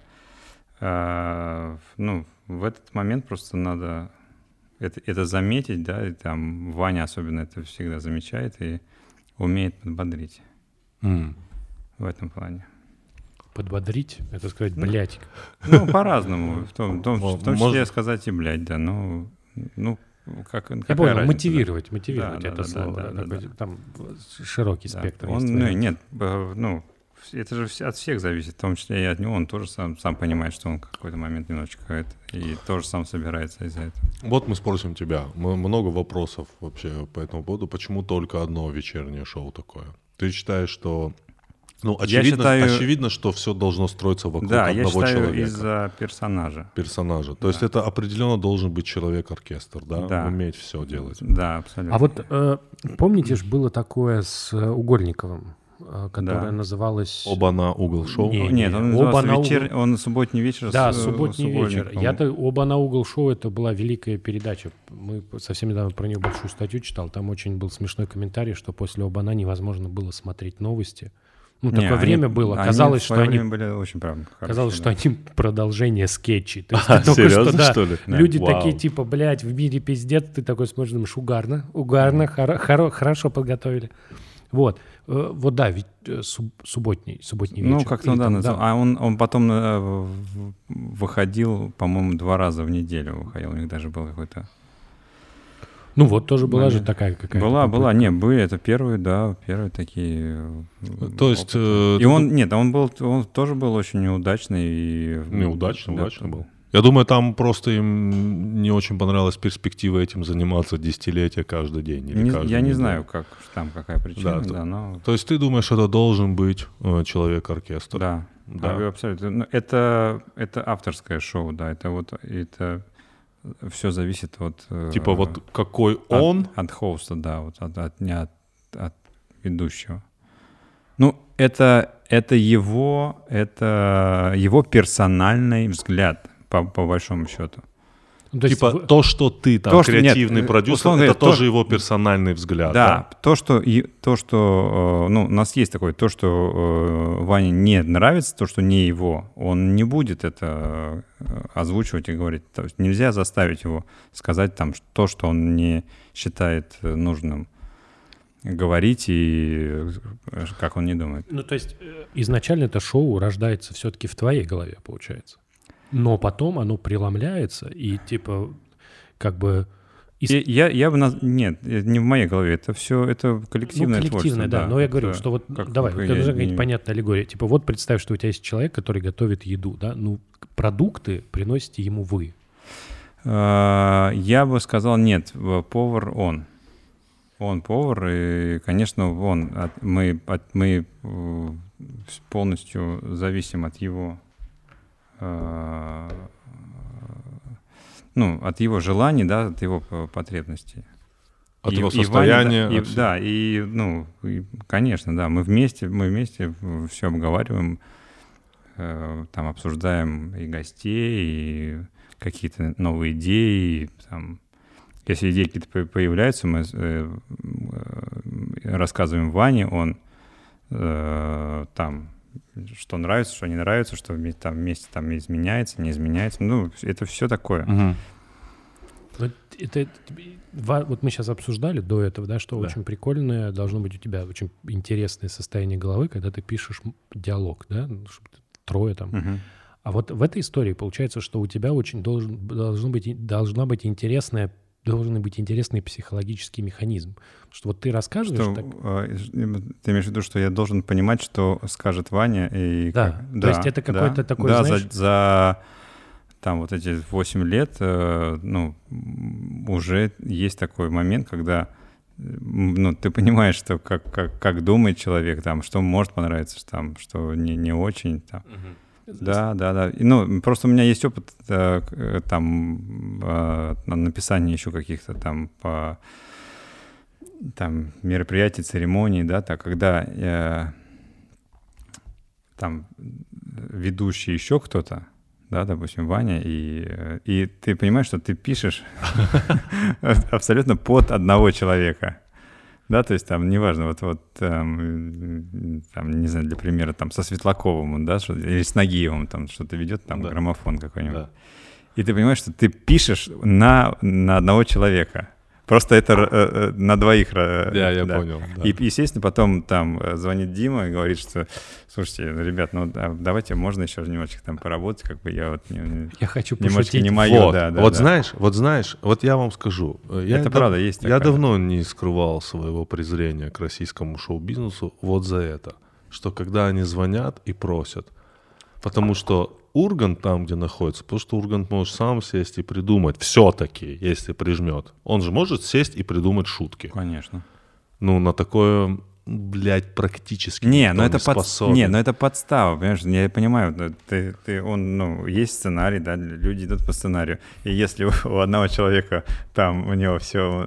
А, ну, в этот момент просто надо это, это заметить, да, и там Ваня особенно это всегда замечает и умеет подбодрить М. в этом плане. Подбодрить, это сказать, Ну, блядь. Ну, по-разному, в том, в том, Мо- в том числе можно- сказать и блядь, да, ну, ну, как, Я какая понял, разница, да? мотивировать, мотивировать Да, да, это да, слово. да, да, да, такой, да. Там широкий Да. спектр. Он, есть ну, вариантов. нет, э, ну, вс- это же вс- от всех зависит, в том числе и от него. Он тоже сам, сам понимает, что он в какой-то момент немножечко это, и тоже сам собирается из-за этого. Вот мы спросим тебя. М- Много вопросов вообще по этому поводу. Почему только одно вечернее шоу такое? Ты считаешь, что... Ну, Я очевидно, считаю- очевидно, что все должно строиться вокруг Да, я одного считаю, человека. из-за персонажа. Персонажа. То есть это определенно должен быть человек-оркестр, да? Да. Уметь все делать. Да, абсолютно. А вот э, помните ж, было такое с э, Угольниковым? которая да. называлась... «Оба-на угол шоу». Не, Нет, он назывался вечер... угол... он «Субботний вечер». Да, с... «Субботний вечер». Я-то «Оба-на угол шоу» — это была великая передача. Мы совсем недавно про нее большую статью читал. Там очень был смешной комментарий, что после «Оба-на» невозможно было смотреть новости. Ну, не, такое они, время было. Казалось, они что они... были очень правда хорошие, казалось, да. что они продолжение скетчей. То есть, а, серьезно, что, да, что ли? Люди Вау. такие, типа, блядь, в мире пиздец. Ты такой смотришь, думаешь, угарно, угарно, хоро- хоро- хорошо подготовили. Вот. Вот да, ведь субботний, субботний вечер. Ну, как-то да, да. А он, он потом э, выходил, по-моему, два раза в неделю выходил. У них даже был какой-то... Ну вот, тоже была же такая какая-то... Была, попытка. была. Не, были, это первые, да, первые такие... То есть... Э, и он, нет, он был, он тоже был очень неудачный. И, неудачный, да, удачный был. Я думаю, там просто им не очень понравилась перспектива этим заниматься десятилетия каждый день. Или не, каждый я не день. знаю, как там какая причина. Да, да, то, но... то есть ты думаешь, это должен быть э, человек-оркестр? Да, да. А, абсолютно. Это, это авторское шоу, да, это вот... Это... Все зависит от... Типа э, вот какой он? От, от хоста, да, вот от, от, не от, от ведущего. Ну, это, это, его, это его персональный взгляд, по, по большому счету. То типа есть, то, что ты там то, креативный нет, продюсер, условно, это то, тоже его персональный взгляд. Да, да? То, что, и, то, что ну, у нас есть такое, то, что э, Ване не нравится, то, что не его, он не будет это озвучивать и говорить. То есть нельзя заставить его сказать там то, что он не считает нужным говорить и как он не думает. Ну, то есть изначально это шоу рождается все-таки в твоей голове, получается. Но потом оно преломляется и типа как бы... Из... Я, я бы... Наз... Нет, не в моей голове. Это все это коллективное, ну, коллективное творчество. Да, да, но я это... говорю, что вот... Как, давай, как вот я, это не... понятная аллегория. Типа вот представь, что у тебя есть человек, который готовит еду, да? Ну, продукты приносите ему вы. Я бы сказал, нет, повар он. Он повар, и, конечно, он. От, мы, от, мы полностью зависим от его... ну, от его желаний, да, от его потребностей. От и, его состояния. И, от... и, да, и, ну, и, конечно, да, мы вместе, мы вместе все обговариваем, э, там, обсуждаем и гостей, и какие-то новые идеи, там, если идеи какие-то появляются, мы э, э, рассказываем Ване, он э, там, что нравится, что не нравится, что там вместе там изменяется, не изменяется. Ну, это все такое. Угу. Вот, это, вот мы сейчас обсуждали до этого, да, что да. очень прикольное должно быть у тебя очень интересное состояние головы, когда ты пишешь диалог, да, чтобы трое там. Угу. А вот в этой истории получается, что у тебя очень должен, должно быть, должна быть интересная должен быть интересный психологический механизм. Что вот ты рассказываешь... Что, так... Ты имеешь в виду, что я должен понимать, что скажет Ваня? И да, как... то да, есть это какой-то да, такой, да, знаешь... за, за там вот эти восемь лет, ну, уже есть такой момент, когда ну, ты понимаешь, что как, как, как думает человек, там, что может понравиться, там, что не, не очень. Там. Uh-huh. Да, да, да. Ну, просто у меня есть опыт э, там э, написания еще каких-то там по там мероприятий, церемоний, да, так, когда э, там ведущий еще кто-то, да, допустим, Ваня, и, и ты понимаешь, что ты пишешь абсолютно под одного человека. Да, то есть там, неважно, вот, вот там, там, не знаю, для примера, там, со Светлаковым, да, что, или с Нагиевым, там, что-то ведет, там, да. граммофон какой-нибудь. Да. И ты понимаешь, что ты пишешь на, на одного человека. Просто это э, на двоих. Э, да, я да. понял. Да. И, естественно, потом там звонит Дима и говорит, что, слушайте, ребят, ну давайте, можно еще немножечко там поработать, как бы я вот не, я хочу немножечко не мое. Вот, да, да, вот да. знаешь, вот знаешь, вот я вам скажу. Я это дав... правда есть такая. Я давно не скрывал своего презрения к российскому шоу-бизнесу вот за это, что когда они звонят и просят, потому что Ургант там, где находится, потому что Ургант может сам сесть и придумать, все-таки, если прижмет. Он же может сесть и придумать шутки. Конечно. Ну, на такое блядь, практически не, никто но это не под... способен. Не, но это подстава, понимаешь? Я понимаю, ты, ты, он, ну, есть сценарий, да, люди идут по сценарию. И если у, у одного человека там, у него все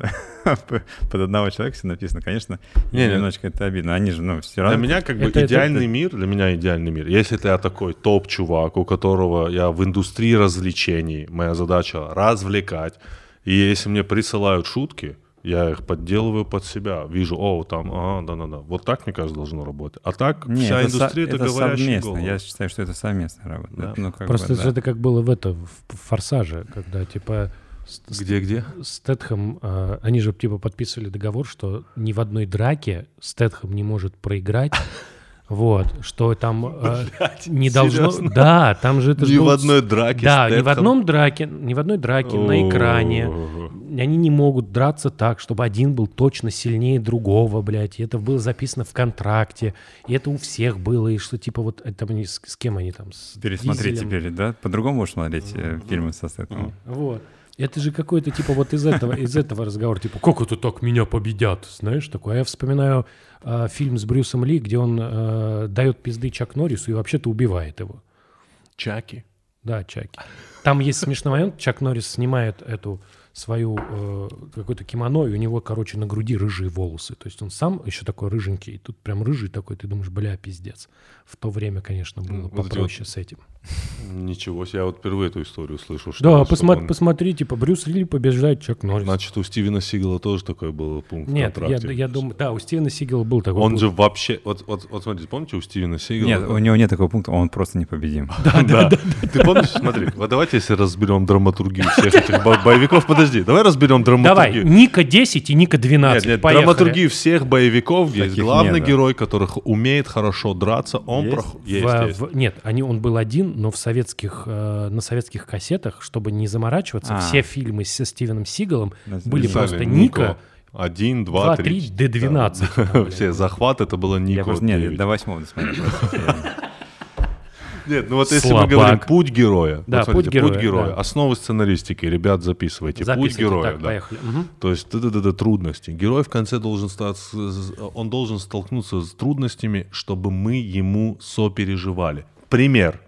под одного человека все написано, конечно, не, немножечко не. Это обидно. Они же, ну, все равно... Для меня как бы это, идеальный это... мир, для меня идеальный мир. Если ты такой топ-чувак, у которого я в индустрии развлечений, моя задача развлекать, и если мне присылают шутки, я их подделываю под себя. Вижу, о, там, ага, да-да-да. Вот так, мне кажется, должно работать. А так Нет, вся это индустрия — это, это говорящие головы. Я считаю, что это совместная работа. Да. Ну, как Просто бы, да. это как было в это, в «Форсаже», когда, типа... Где-где? Стэтхэм, э, они же, типа, подписывали договор, что ни в одной драке Стэтхэм не может проиграть. Вот, что там э, Блядь, не должно... серьезно? Да, там же это... Ни был... в одной драке Да, Стэтхэм... ни в одном драке, ни в одной драке на экране. Они не могут драться так, чтобы один был точно сильнее другого, блядь. И это было записано в контракте. И это у всех было. И что, типа, вот это они, с, с кем они там? С Пересмотри Дизелем. теперь, да? По-другому будешь смотреть э, фильмы со Стэтхэмом. Вот. Это же какой-то, типа, вот из этого, из этого разговора, типа, как это так меня победят, знаешь, такое. А я вспоминаю э, фильм с Брюсом Ли, где он э, дает пизды Чак Норрису и вообще-то убивает его. Чаки. Да, Чаки. Там есть смешной момент, Чак Норрис снимает эту свою э, какое-то кимоно, и у него, короче, на груди рыжие волосы. То есть он сам еще такой рыженький, и тут прям рыжий такой, ты думаешь, бля, пиздец. В то время, конечно, было Вот попроще вот. с этим. Ничего себе, я вот впервые эту историю слышу. Что Да, что посмо- он... посмотри, типа, Брюс Ли побеждает Чак Норрис. Значит, у Стивена Сигала тоже такой был пункт Нет, в я, контракте. я думаю, да, у Стивена Сигала был такой Он пункт. же вообще... Вот, вот, вот смотрите, помните, у Стивена Сигала... Нет, у него нет такого пункта, он просто непобедим. Да, да, да. Ты помнишь, смотри, вот давайте если разберем драматургию всех этих бо- боевиков. Подожди, давай разберем Давай, драматургию. Ника десять и Ника двенадцать, Нет, нет, поехали. драматургию всех боевиков есть Таких главный нет, да. герой, который х- умеет хорошо драться. Он Есть? прох- В- есть, есть. в- нет, они, он был один, но в советских, э, на советских кассетах, чтобы не заморачиваться, А. все фильмы со Стивеном Сигалом Да, были писали просто Ника, Один, два, два, три. три, до двенадцать. Да. Все, захват это было Я Нико. просто, нет, девять. до восьмого досмотрел. просто. Нет, ну вот если Слабак. мы говорим путь героя, Да, вот смотрите, путь героя, да. основы сценаристики, ребят, записывайте. Записывайте, путь героя, так, да. поехали. Мгм. То есть да-да-да, трудности. Герой в конце должен стать, он должен столкнуться с трудностями, чтобы мы ему сопереживали. Пример.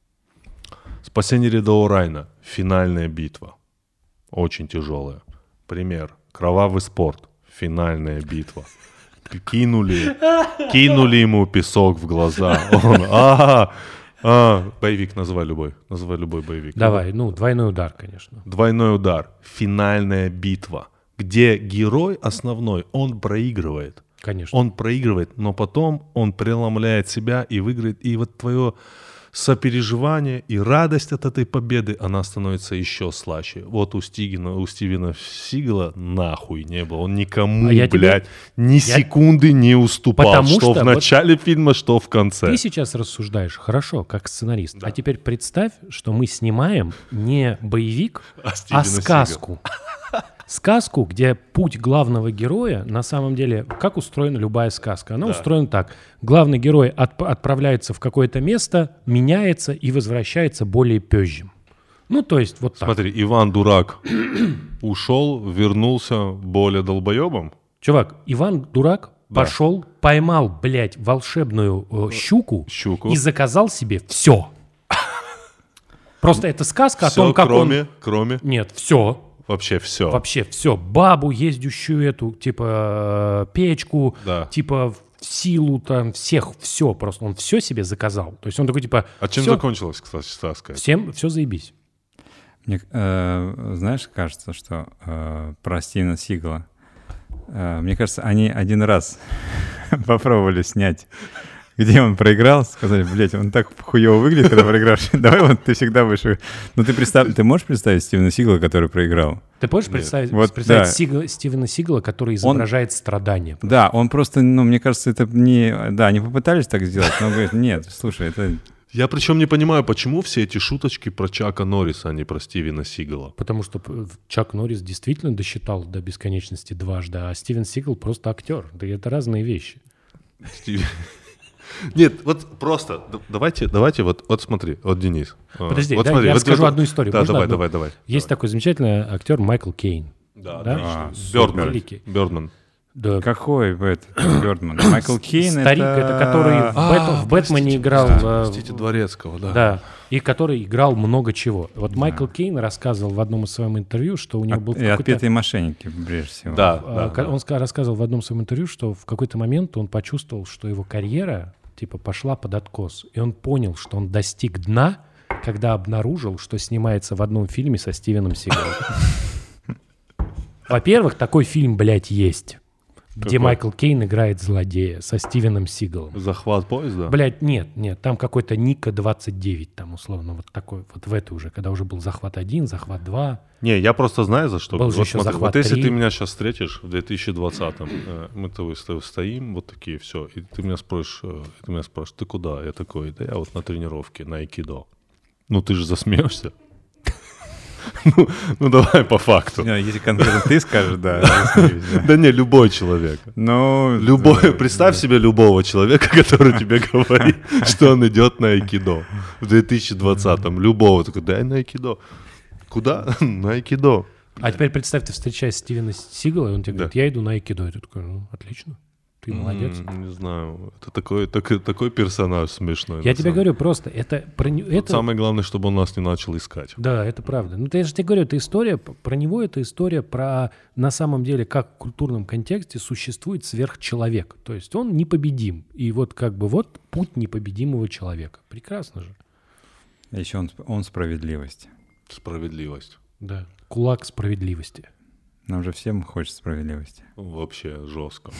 Спасение рядового Райана. Финальная битва. Очень тяжелая. Пример. Кровавый спорт. Финальная битва. Кинули, кинули ему песок в глаза. Он, а, а, боевик, называй любой, называй любой боевик. Давай, ну, двойной удар, конечно. Двойной удар. Финальная битва, где герой основной, он проигрывает. Конечно. Он проигрывает, но потом он преломляет себя и выиграет. И вот твое сопереживание и радость от этой победы, она становится еще слаще. Вот у Стивена, у Стивена Сигала нахуй не было. Он никому, А я тебе- блядь, ни секунды не уступал. Потому что, что в вот начале фильма, что в конце. Ты сейчас рассуждаешь хорошо, как сценарист. А теперь представь, что мы снимаем не боевик, А Стивена а сказку. Сказку, где путь главного героя, на самом деле, как устроена любая сказка? Она устроена так. Главный герой отп- отправляется в какое-то место, меняется и возвращается более пёзжим. Ну, то есть вот так. Смотри, Иван Дурак ушел, вернулся более долбоебом. Чувак, Иван Дурак Да. пошел, поймал, блядь, волшебную э, щуку, Щуку. и заказал себе все. Просто это сказка о Все, том, как кроме, он... кроме, Нет, все. вообще все. Вообще все. Бабу, ездящую эту, типа, э, печку, Да. типа, силу там, всех, все. Просто он все себе заказал. То есть он такой, типа, А чем всё, закончилась, кстати, сказка? всем все заебись. Мне, э, знаешь, кажется, что э, про Стивена Сигала, э, мне кажется, они один раз попробовали снять, где он проиграл, сказали, блядь, он так хуёво выглядит, когда проиграешь. Давай вот ты всегда будешь... Ну ты представь, ты можешь представить Стивена Сигала, который проиграл? Ты можешь представить, Вот, представить да. Сигала- Стивена Сигала, который изображает страдания? Да, он просто, ну, мне кажется, это не... Да, они попытались так сделать, но говорят, нет, слушай, это... Я причем не понимаю, почему все эти шуточки про Чака Норриса, а не про Стивена Сигала. Потому что п- Чак Норрис действительно досчитал до бесконечности дважды, а Стивен Сигал просто актер. Да это разные вещи. Стив- Нет, вот просто д- давайте, давайте вот, вот смотри, вот Денис. а, Подожди, вот да, смотри, я вот расскажу это- одну историю. Да, Можно давай, одну? давай, давай. Есть такой замечательный актер Майкл Кейн. Да, Да? отлично. А, Бёрдман. великий. Бёрдман. Да. Какой этот Бёрдман? Майкл Кейн? Старик, это который в, А, Бэт- в Бэтмене простите, играл... простите, э, простите, Дворецкого, да. Да, и который играл много чего. Вот Да. Майкл Кейн рассказывал в одном из своих интервью, что у него был И какой-то... отпетые мошенники, прежде всего. Да, А, да, ка- да. Он ска- рассказывал в одном своем интервью, что в какой-то момент он почувствовал, что его карьера типа пошла под откос. И он понял, что он достиг дна, когда обнаружил, что снимается в одном фильме со Стивеном Сигалом. Во-первых, такой фильм, блядь, есть, где Какой? Майкл Кейн играет злодея со Стивеном Сигалом. Захват поезда? Блядь, нет, нет, там какой-то Ника двадцать девять, там условно, вот такой, вот в этой уже, когда уже был захват один, захват два. Не, я просто знаю, за что. Был же Вот еще смотри, захват вот если три. ты меня сейчас встретишь в две тысячи двадцатом, э, мы с тобой сто- стоим, вот такие, все, и ты меня спросишь, э, ты меня спрашиваешь, ты куда? Я такой, да я вот на тренировке, на айкидо. Ну ты же засмеешься. Ну, ну давай по факту. Не, Если конкретно ты скажешь, да. я смеюсь, да. Да не, любой человек. Ну, Любой, да, представь да. себе любого человека, который тебе говорит, что он идет на айкидо в две тысячи двадцатом. Любого. Такой, дай на айкидо. Куда? На айкидо. А теперь представь, ты встречаешь Стивена Сигала, и он тебе Да. говорит, я иду на айкидо. И ты такой, ну, отлично, ты молодец. М, Не знаю. Это такой, такой, такой персонаж смешной. Я на тебе самом говорю, просто это... Про, не- деле. это Самое главное, чтобы он нас не начал искать. Да, это правда. Ну, я же тебе говорю, это история, п- про него это история про, на самом деле, как в культурном контексте существует сверхчеловек. То есть он непобедим. И вот как бы вот путь непобедимого человека. Прекрасно же. А Еще он, он справедливость. Справедливость. Да. Кулак справедливости. Нам же всем хочется справедливости. Вообще жестко.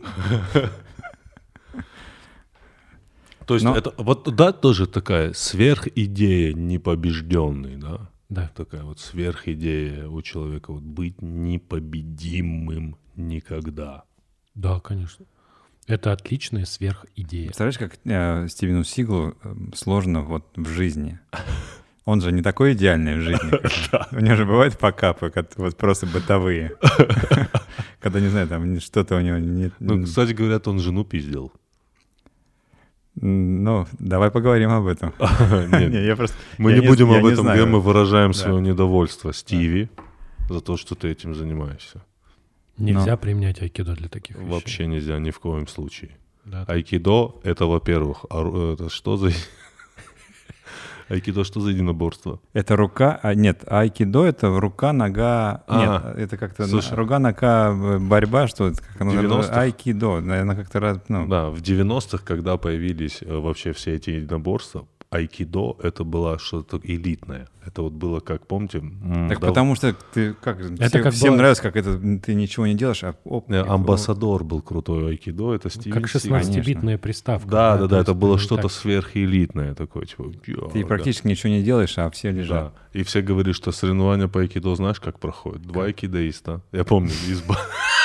То есть Но- это вот да, тоже такая сверхидея непобежденный, да? Да. Такая вот сверхидея у человека вот быть непобедимым никогда. Да, конечно. Это отличная сверхидея. Представляешь, как э, Стивену Сигалу э, сложно вот в жизни. Он же не такой идеальный в жизни. как- У него же бывают покапы, как- вот просто бытовые. Когда, не знаю, там что-то у него нет... Ну, кстати, говорят, он жену пиздил. Ну, давай поговорим об этом. Нет, Не, я просто... мы я не будем я об этом знаю. говорить, мы выражаем Да. свое недовольство Стиви за то, что ты этим занимаешься. Нельзя применять айкидо для таких вещей. Вообще нельзя ни в коем случае. Да. Айкидо — это, во-первых, ору- это что за... Айкидо что за единоборство? Это рука... а, Нет, айкидо — это рука, нога... А, Нет, это как-то... слушай. на- Рука, нога, э, борьба, что это? Как оно называется? девяностых? Айкидо. Наверное, как-то... раз, Ну, Да, в девяностых, когда появились э, вообще все эти единоборства, айкидо — это было что-то элитное. Это вот было, как, помните... м, Так да, потому что ты как... Это все- как всем было- нравится, как это ты ничего не делаешь, а оп, э, и- амбассадор был крутой айкидо, это Стивен Как Сигал. шестнадцатибитная приставка. Да, да, то да, есть это было не что-то так. сверхэлитное такое, типа... «Йо, Ты да». практически ничего не делаешь, а все лежат. Да. И все говорят, что соревнования по айкидо знаешь, как проходят? Два айкидоиста. Я помню, из... ба-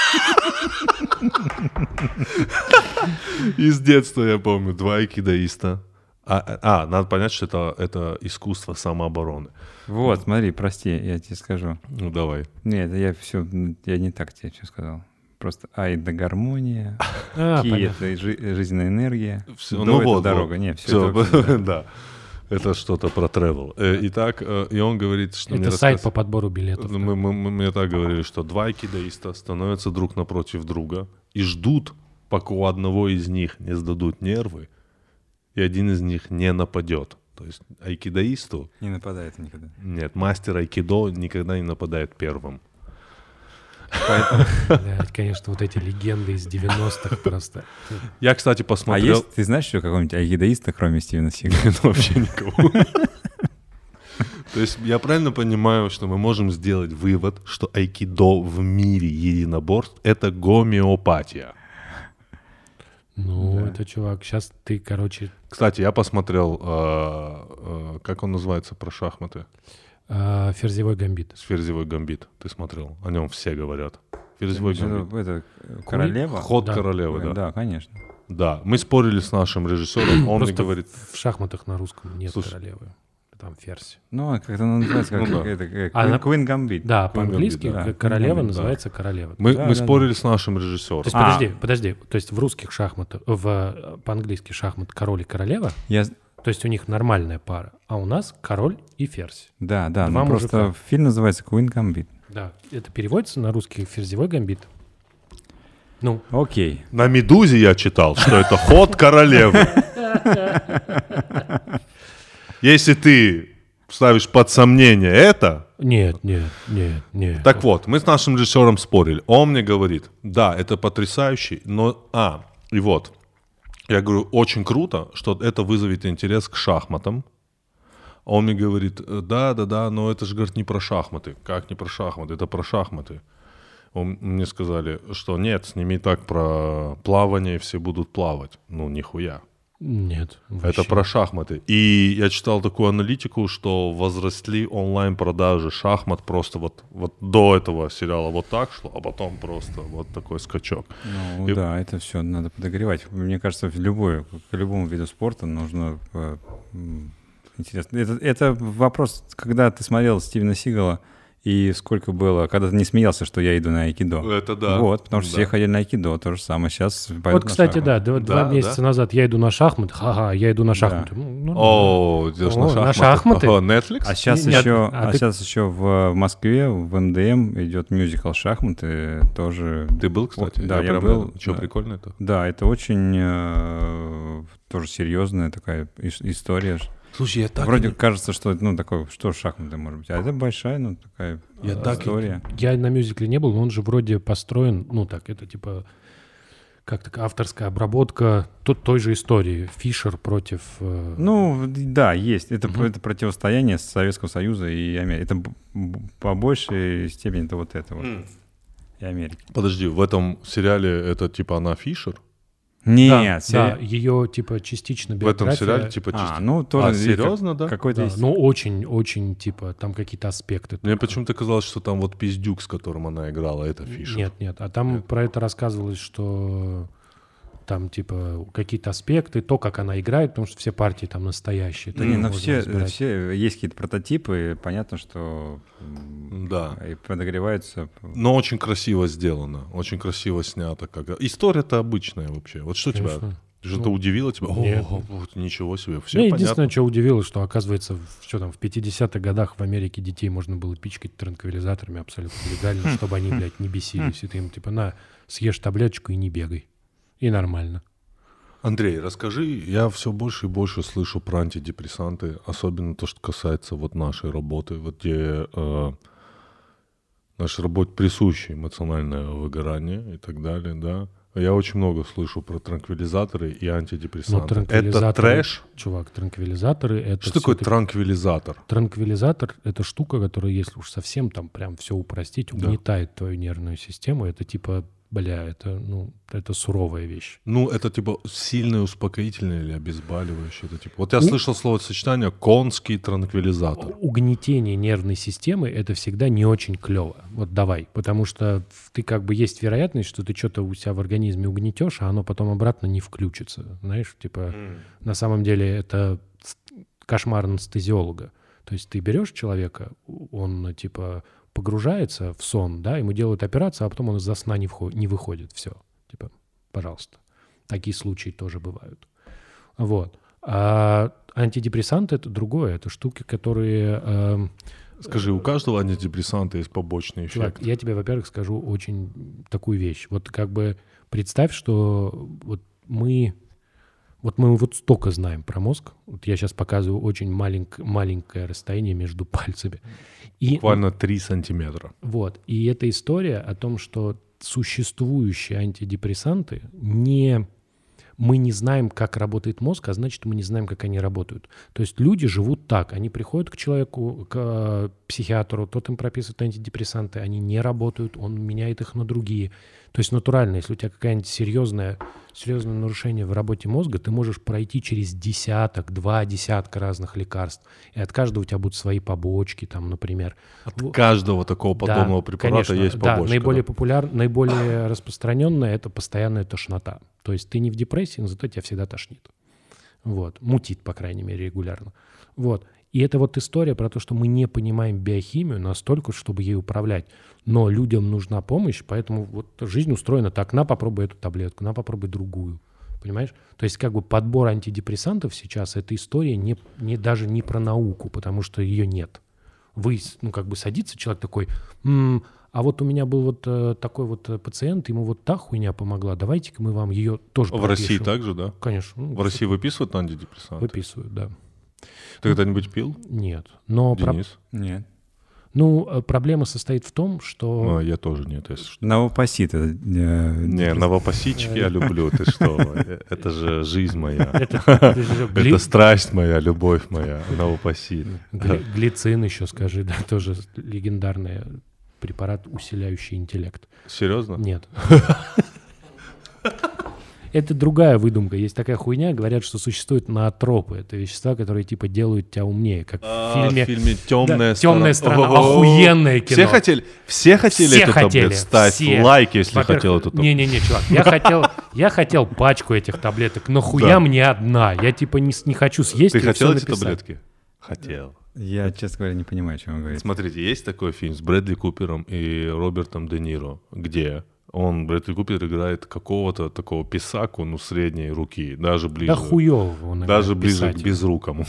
Из детства я помню, два айкидоиста. А, а, надо понять, что это, это искусство самообороны. Вот, смотри, прости, я тебе скажу. Ну, давай. Нет, я все, я не так тебе все сказал. Просто А это гармония, А, Ки понятно. это жи- жизненная энергия, Всё, До ну это вот, дорога. вот. Не, все Всё, это вообще, да. да. Это что-то про travel. Э, Итак, э, и он говорит, что... мне Это сайт рассказ- по подбору билетов. да. Мы, мы- мы- мне так говорили, что два айкидоиста становятся друг напротив друга и ждут, пока у одного из них не сдадут нервы, и один из них не нападет. То есть айкидоисту, Не нападает никогда. нет, мастер айкидо никогда не нападает первым. Поэтому- Блядь, конечно, вот эти легенды из девяностых просто. Я, кстати, А посмотрел... есть, ты знаешь еще какого-нибудь айкидоиста, кроме Стивена Сигала? Ну, вообще никого. То есть я правильно понимаю, что мы можем сделать вывод, что айкидо в мире единоборств — это гомеопатия. Ну, Да. это, чувак, сейчас ты, короче, Кстати, я посмотрел, э, э, как он называется про шахматы? э, ферзевой гамбит. Ферзевой гамбит. Ты смотрел? О нем все говорят. Ферзевой гамбит. Это королева? Ход Да. королевы, да. Да, конечно. Да. Мы спорили с нашим режиссером, он мне Просто говорит... в шахматах на русском нет Слушай. королевы. Там ферзь. Ну, как-то она называется, как, Ну да. как это, как А она- Queen Gambit. Да, Queen по-английски Gambit, да. королева Queen Gambit, называется королева. Мы, Да, мы да, спорили с нашим режиссером. То есть, А. подожди, подожди. То есть в русских шахматах, в, э, по-английски шахмат король и королева, Я... то есть у них нормальная пара, а у нас король и ферзь. Да, да, Два ну просто мужика. фильм называется Queen Gambit. Да, это переводится на русский ферзевой гамбит. Ну. Окей. На «Медузе» я читал, что это ход королевы. Если ты ставишь под сомнение это... Нет, нет, нет, нет. Так вот, мы с нашим режиссером спорили. Он мне говорит, да, это потрясающе, но... А, и вот. Я говорю, очень круто, что это вызовет интерес к шахматам. Он мне говорит, да, да, да, но это же, говорит, не про шахматы. Как не про шахматы? Это про шахматы. Он, мне сказали, что нет, сними так про плавание, все будут плавать. Ну, нихуя. Нет. Вообще. Это про шахматы. И я читал такую аналитику, что возросли онлайн-продажи шахмат просто вот, вот до этого сериала вот так шло, а потом просто вот такой скачок. Ну и... да, это все надо подогревать. Мне кажется, в любой, к любому виду спорта нужно... Интересно. Это, это вопрос, когда ты смотрел Стивена Сигала, и сколько было, когда ты не смеялся, что я иду на айкидо. Это да. Вот, потому что да. все ходили на айкидо, то же самое. Сейчас вот, кстати, да, два, да, два месяца да. назад я иду на шахматы. Ха-ха, я иду на шахматы. Да. Ну, О, идешь О, на на шахматы? шахматы? О, Netflix? А сейчас Нет, еще, а а ты... сейчас еще в Москве, в эм дэ эм идет мюзикл «Шахматы», тоже... Ты был, кстати? Да, я, я прям... был. Что, да. прикольно это? Да, это очень э, тоже серьезная такая история. Слушай, я так... Вроде не... кажется, что, ну, такое, что шахматы, может быть. А это большая, ну, такая я история. Так, я на мюзикле не был, но он же вроде построен, ну, так, это типа... Как такая авторская обработка тут той же истории. Фишер против... Э... Ну, да, есть. Это, Угу. это противостояние Советского Союза и Америки. Это по большей степени это вот это вот. Mm. И Америки. Подожди, в этом сериале это типа она Фишер? Нет, да, да, ее типа частично биография. В этом сериале типа частично. А, ну тоже. А, серьезно, да? Какой-то да, есть... ну очень-очень типа там какие-то аспекты. Мне почему-то казалось, что там вот пиздюк, с которым она играла, это Фишер. Нет, нет, а там нет. Про это рассказывалось, что там типа какие-то аспекты, то, как она играет, потому что все партии там настоящие. Да не, но все, все есть какие-то прототипы, понятно, что да. и подогревается. Но очень красиво сделано, очень красиво снято. Как... История-то обычная вообще. Вот что Конечно. тебя... Что-то ну, удивило тебя? Нет. О, вот, ничего себе, все Мне понятно. Единственное, что удивило, что, оказывается, в, что там, в пятидесятых годах в Америке детей можно было пичкать транквилизаторами абсолютно легально, чтобы они, блядь, не бесились. И ты им типа, на, съешь таблеточку и не бегай. И нормально. Андрей, расскажи, я все больше и больше слышу про антидепрессанты, особенно то, что касается вот нашей работы, вот где э, нашей работе присуще эмоциональное выгорание и так далее, да. Я очень много слышу про транквилизаторы и антидепрессанты. Транквилизаторы, это трэш? Чувак, транквилизаторы — это... Что такое транквилизатор? Транквилизатор — это штука, которая, если уж совсем там прям все упростить, угнетает да. твою нервную систему. Это типа, бля, это, ну, это суровая вещь. Ну, это типа сильное успокоительное или обезболивающее. Это, типа... Вот я У... слышал словосочетание «конский транквилизатор». Угнетение нервной системы — это всегда не очень клево. Вот давай. Потому что ты как бы есть вероятность, что ты что-то у себя в организме угнетешь, а оно потом обратно не включится. Знаешь, типа mm. на самом деле это кошмар анестезиолога. То есть ты берешь человека, он типа... погружается в сон, да, ему делают операцию, а потом он из-за сна не, вход, не выходит. Все. Типа, пожалуйста. Такие случаи тоже бывают. Вот. А антидепрессанты — это другое. Это штуки, которые... Э, Скажи, у каждого антидепрессанта есть побочный эффект? Чувак, я тебе, во-первых, скажу очень такую вещь. Вот как бы представь, что вот мы... Вот мы вот столько знаем про мозг. Вот я сейчас показываю очень маленьк, маленькое расстояние между пальцами. И, буквально три сантиметра. Вот. И эта история о том, что существующие антидепрессанты не... Мы не знаем, как работает мозг, а значит, мы не знаем, как они работают. То есть люди живут так. Они приходят к человеку, к психиатру, тот им прописывает антидепрессанты, они не работают, он меняет их на другие. То есть натурально, если у тебя какое-нибудь серьезное, серьезное нарушение в работе мозга, ты можешь пройти через десяток, два десятка разных лекарств. И от каждого у тебя будут свои побочки, там, например. От вот. каждого такого подобного да, препарата конечно, есть побочка. Да, наиболее популярное, наиболее распространенное — это постоянная тошнота. То есть ты не в депрессии, но зато тебя всегда тошнит. Вот. Мутит, по крайней мере, регулярно. Вот. И это вот история про то, что мы не понимаем биохимию настолько, чтобы ей управлять. Но людям нужна помощь, поэтому вот жизнь устроена так. На, попробуй эту таблетку, на, попробуй другую. Понимаешь? То есть как бы подбор антидепрессантов сейчас — это история не, не, даже не про науку, потому что ее нет. Вы, ну как бы садится человек такой... М-м, А вот у меня был вот э, такой вот э, пациент, ему вот та хуйня помогла, давайте-ка мы вам ее тоже В пропишем. России также, да? Конечно. Ну, В России выписывают антидепрессанты? выписывают, да. Ты когда-нибудь пил? Нет. Но про- Денис? Нет. ну, э, проблема состоит в том, что... А, я тоже нет, если что. Новопосит. это, э, Не, новопосичек я люблю, ты что? Это же жизнь моя. Это, это же гли- Это страсть моя, любовь моя, новопосит. гли- глицин еще, скажи, да, тоже легендарный препарат, усиляющий интеллект. Серьезно? Нет. Это другая выдумка. Есть такая хуйня, говорят, что существуют ноотропы. Это вещества, которые типа делают тебя умнее, как в фильме, в фильме «Темная Да, сторона». «Темная сторона». О-о-о. Охуенное кино. Все хотели, все хотели Все эту хотели, таблетку? Ставь все. лайк, если Во-первых, хотел эту таблетку. Не-не-не, чувак, я хотел, я хотел пачку этих таблеток, но хуя Да. мне одна. Я типа не, с- не хочу съесть Ты и хотел всё эти написать. таблетки? Хотел. Я, честно говоря, не понимаю, о чем вы говорите. Смотрите, есть такой фильм с Брэдли Купером и Робертом Де Ниро, где он, Брэдли Купер, играет какого-то такого писаку, ну, средней руки, даже ближе. Да хуёво он Даже играет ближе к писатель. безрукому.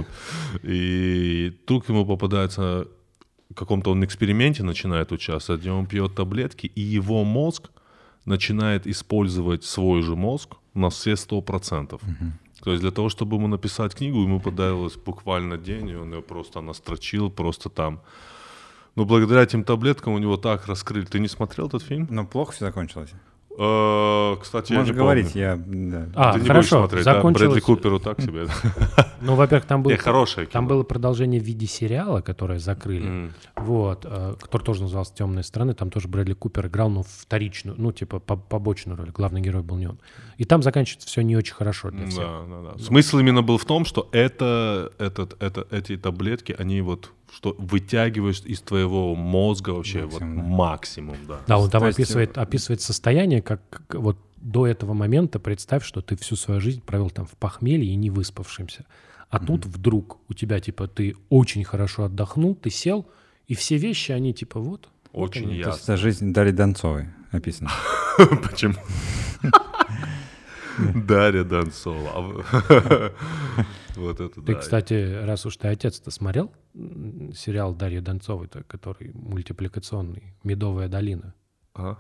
И тут ему попадается в каком-то он эксперименте начинает участвовать, где он пьет таблетки, и его мозг начинает использовать свой же мозг на все сто процентов. То есть для того, чтобы ему написать книгу, ему понадобилось буквально день, и он ее просто настрочил, просто там. Но благодаря этим таблеткам у него так раскрыли. Ты не смотрел этот фильм? Но плохо все закончилось. Э, Кстати, я Можешь не говорить, помню. я... да. А, Ты не будешь хорошо, смотреть, да? закончилось. Брэдли Куперу так себе. Ну, во-первых, там было, Не, хорошее там кино. было продолжение в виде сериала, которое закрыли, М. вот, э, который тоже назывался «Темные стороны». Там тоже Брэдли Купер играл, ну, вторичную, ну, типа по- побочную роль. Главный герой был не он. И там заканчивается все не очень хорошо для всех. Да, да, да. Смысл именно был в том, что это, этот, это, эти таблетки, они вот что вытягивают из твоего мозга вообще Максимум, вот да. максимум, да. Да, он там То есть, описывает, описывает состояние, как, как вот до этого момента представь, что ты всю свою жизнь провел там в похмелье и не выспавшимся. А тут вдруг у тебя, типа, ты очень хорошо отдохнул, ты сел, и все вещи, они, типа, вот. вот Очень они. То есть ясно. это жизнь Дарьи Донцовой описана. Почему? Дарья Донцова. А вы- Вот это Ты, да. кстати, раз уж ты отец-то смотрел м, сериал Дарьи Донцовой, который мультипликационный «Медовая долина»? А?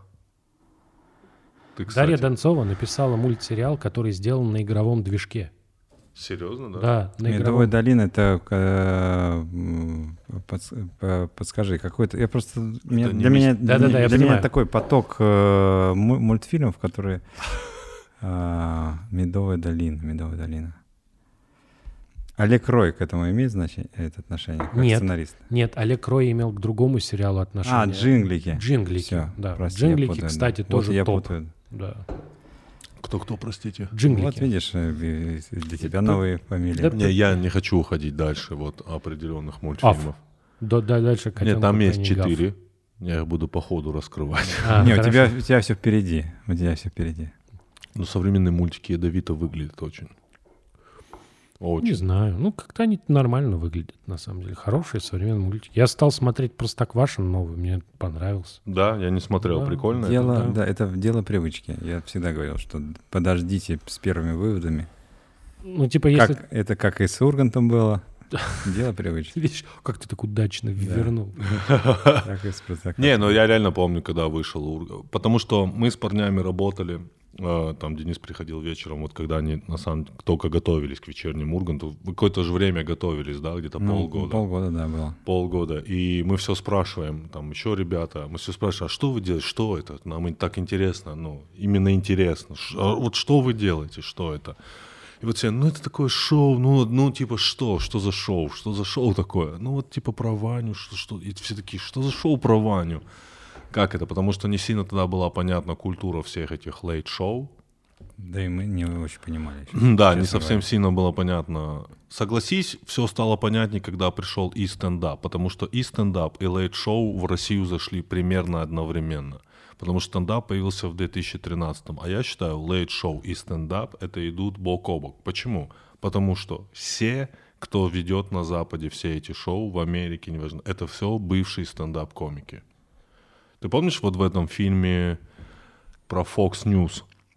Ты, Дарья кстати, Донцова написала мультсериал, который сделан на игровом движке. серьезно, да? Да, на Медовая игровом. долина, это... э, м, подс- по- Подскажи, какой-то... Я просто... меня- не Для мис- меня Да-да-да, я для меня понимаю. такой поток э, му- мультфильмов, которые... а, Медовая долина, Медовая долина. Олег Рой к этому имеет значение, это отношение, как Нет. сценарист? Нет, Олег Рой имел к другому сериалу отношение. А, «Джинглики». Джинглики, Всё, да. прости, я Джинглики, путаю, кстати, да. тоже Вот я топ. путаю. Да. Кто-кто, простите? Джинглики. Вот видишь, э, ви- для тебя Да, новые фамилии. да, Не, я не хочу уходить дальше вот определенных мультфильмов. Да, да, дальше Нет, котенку там есть Пенни Гав. четыре. Я их буду по ходу раскрывать. А, Не, у хорошо. тебя, у тебя все впереди. У тебя все впереди. Но современные мультики ядовито выглядят очень. Не Очень. знаю. Ну, как-то они нормально выглядят, на самом деле. Хорошие современные мультики. Я стал смотреть «Простоквашино» новый, мне понравился. Да, я не смотрел. Да. Прикольно. это? Дело, да. да, это дело привычки. Я всегда говорил, что подождите с первыми выводами. Ну, типа, если... Как, это как и с Ургантом было. Дело привычки. Видишь, как ты так удачно вернул. Так и с Спартаком. Не, ну я реально помню, когда вышел Ургант. Потому что мы с парнями работали, э, там Денис приходил вечером, вот когда они на самом деле только готовились к вечернему Урганту. Вы какое-то же время готовились, да, где-то Ну, полгода. Полгода, да, было. Полгода. И мы все спрашиваем, там еще ребята, мы все спрашиваем, а что вы делаете, что это? Нам и так интересно, ну, именно интересно. Ш- а вот что вы делаете, что это? И вот все, ну это такое шоу, ну, ну типа что, что за шоу, что за шоу такое? Ну вот типа про Ваню, что, что, и все такие, что за шоу про Ваню? Как это? Потому что не сильно тогда была понятна культура всех этих лейт-шоу. Да и мы не очень понимали. еще, Да, не честно совсем говоря. сильно было понятно. Согласись, все стало понятнее, когда пришел и стендап, потому что и стендап, и лейт-шоу в Россию зашли примерно одновременно. Потому что стендап появился в две тысячи тринадцатом, а я считаю, лейт-шоу и стендап это идут бок о бок. Почему? Потому что все, кто ведет на Западе все эти шоу, в Америке, неважно, это все бывшие стендап-комики. Ты помнишь вот в этом фильме про Fox News,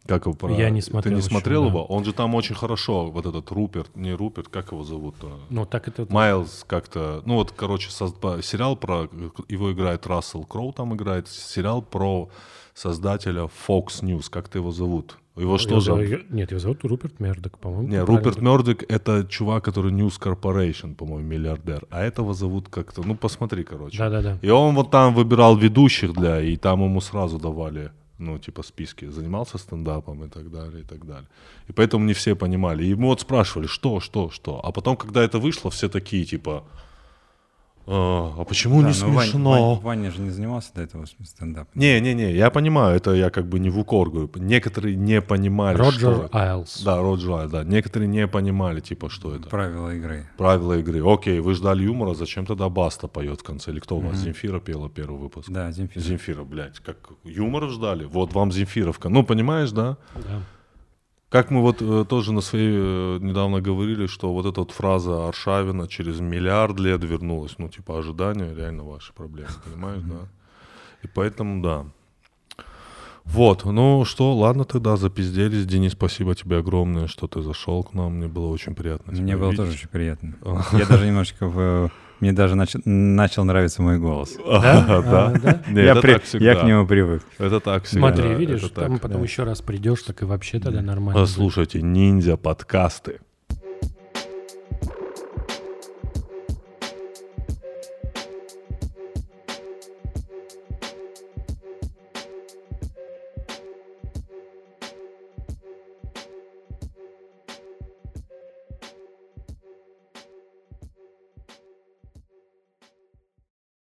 Как его про... Я не смотрел Ты не еще, смотрел да. его? Он же там очень хорошо, вот этот Руперт, не Руперт, как его зовут? Ну, так это... Майлз как-то, ну вот, короче, созда... сериал про, его играет Рассел Кроу, там играет, сериал про создателя Fox News, как-то его зовут? Его что Его же? зовут- Нет, его зовут Руперт Мердок, по-моему. Не, ты Руперт правильно. Мердок — это чувак, который News Corporation, по-моему, миллиардер, а этого зовут как-то, ну посмотри, короче. Да-да-да. И он вот там выбирал ведущих для, и там ему сразу давали, ну, типа, списки. Занимался стендапом и так далее, и так далее. И поэтому не все понимали. И ему вот спрашивали, что, что, что. А потом, когда это вышло, все такие, типа, а, а почему Да, не но Вань- смешно? Вань- Ваня же не занимался до этого стендапом. Не-не-не, я понимаю, это я как бы не в укор говорю. Некоторые не понимали, что Роджер это. Айлс. Да, Роджер Айлс, да. Некоторые не понимали, типа, что это. Правила игры. Правила игры. Окей, вы ждали юмора, зачем тогда Баста поет в конце? Или кто у вас? Земфира пела первый выпуск? Да, Земфира. Земфира, блядь, как юмора ждали? Вот вам Земфировка. Ну, понимаешь, да? Да. Как мы вот э, тоже на своей э, недавно говорили, что вот эта вот фраза Аршавина через миллиард лет вернулась. Ну, типа, ожидания реально ваши проблемы, понимаешь, да? И поэтому, да. Вот, ну что, ладно тогда, запизделись. Денис, спасибо тебе огромное, что ты зашел к нам. Мне было очень приятно тебя Мне было видеть. тоже очень приятно. Я даже немножечко... в- Мне даже нач- начал нравиться мой голос. Да? Да? А, да? Не, Я это при- так всегда. я к нему привык. Это так всегда. Смотри, видишь, это там так. потом еще раз придешь, так и вообще тогда нормально. Послушайте, ниндзя подкасты.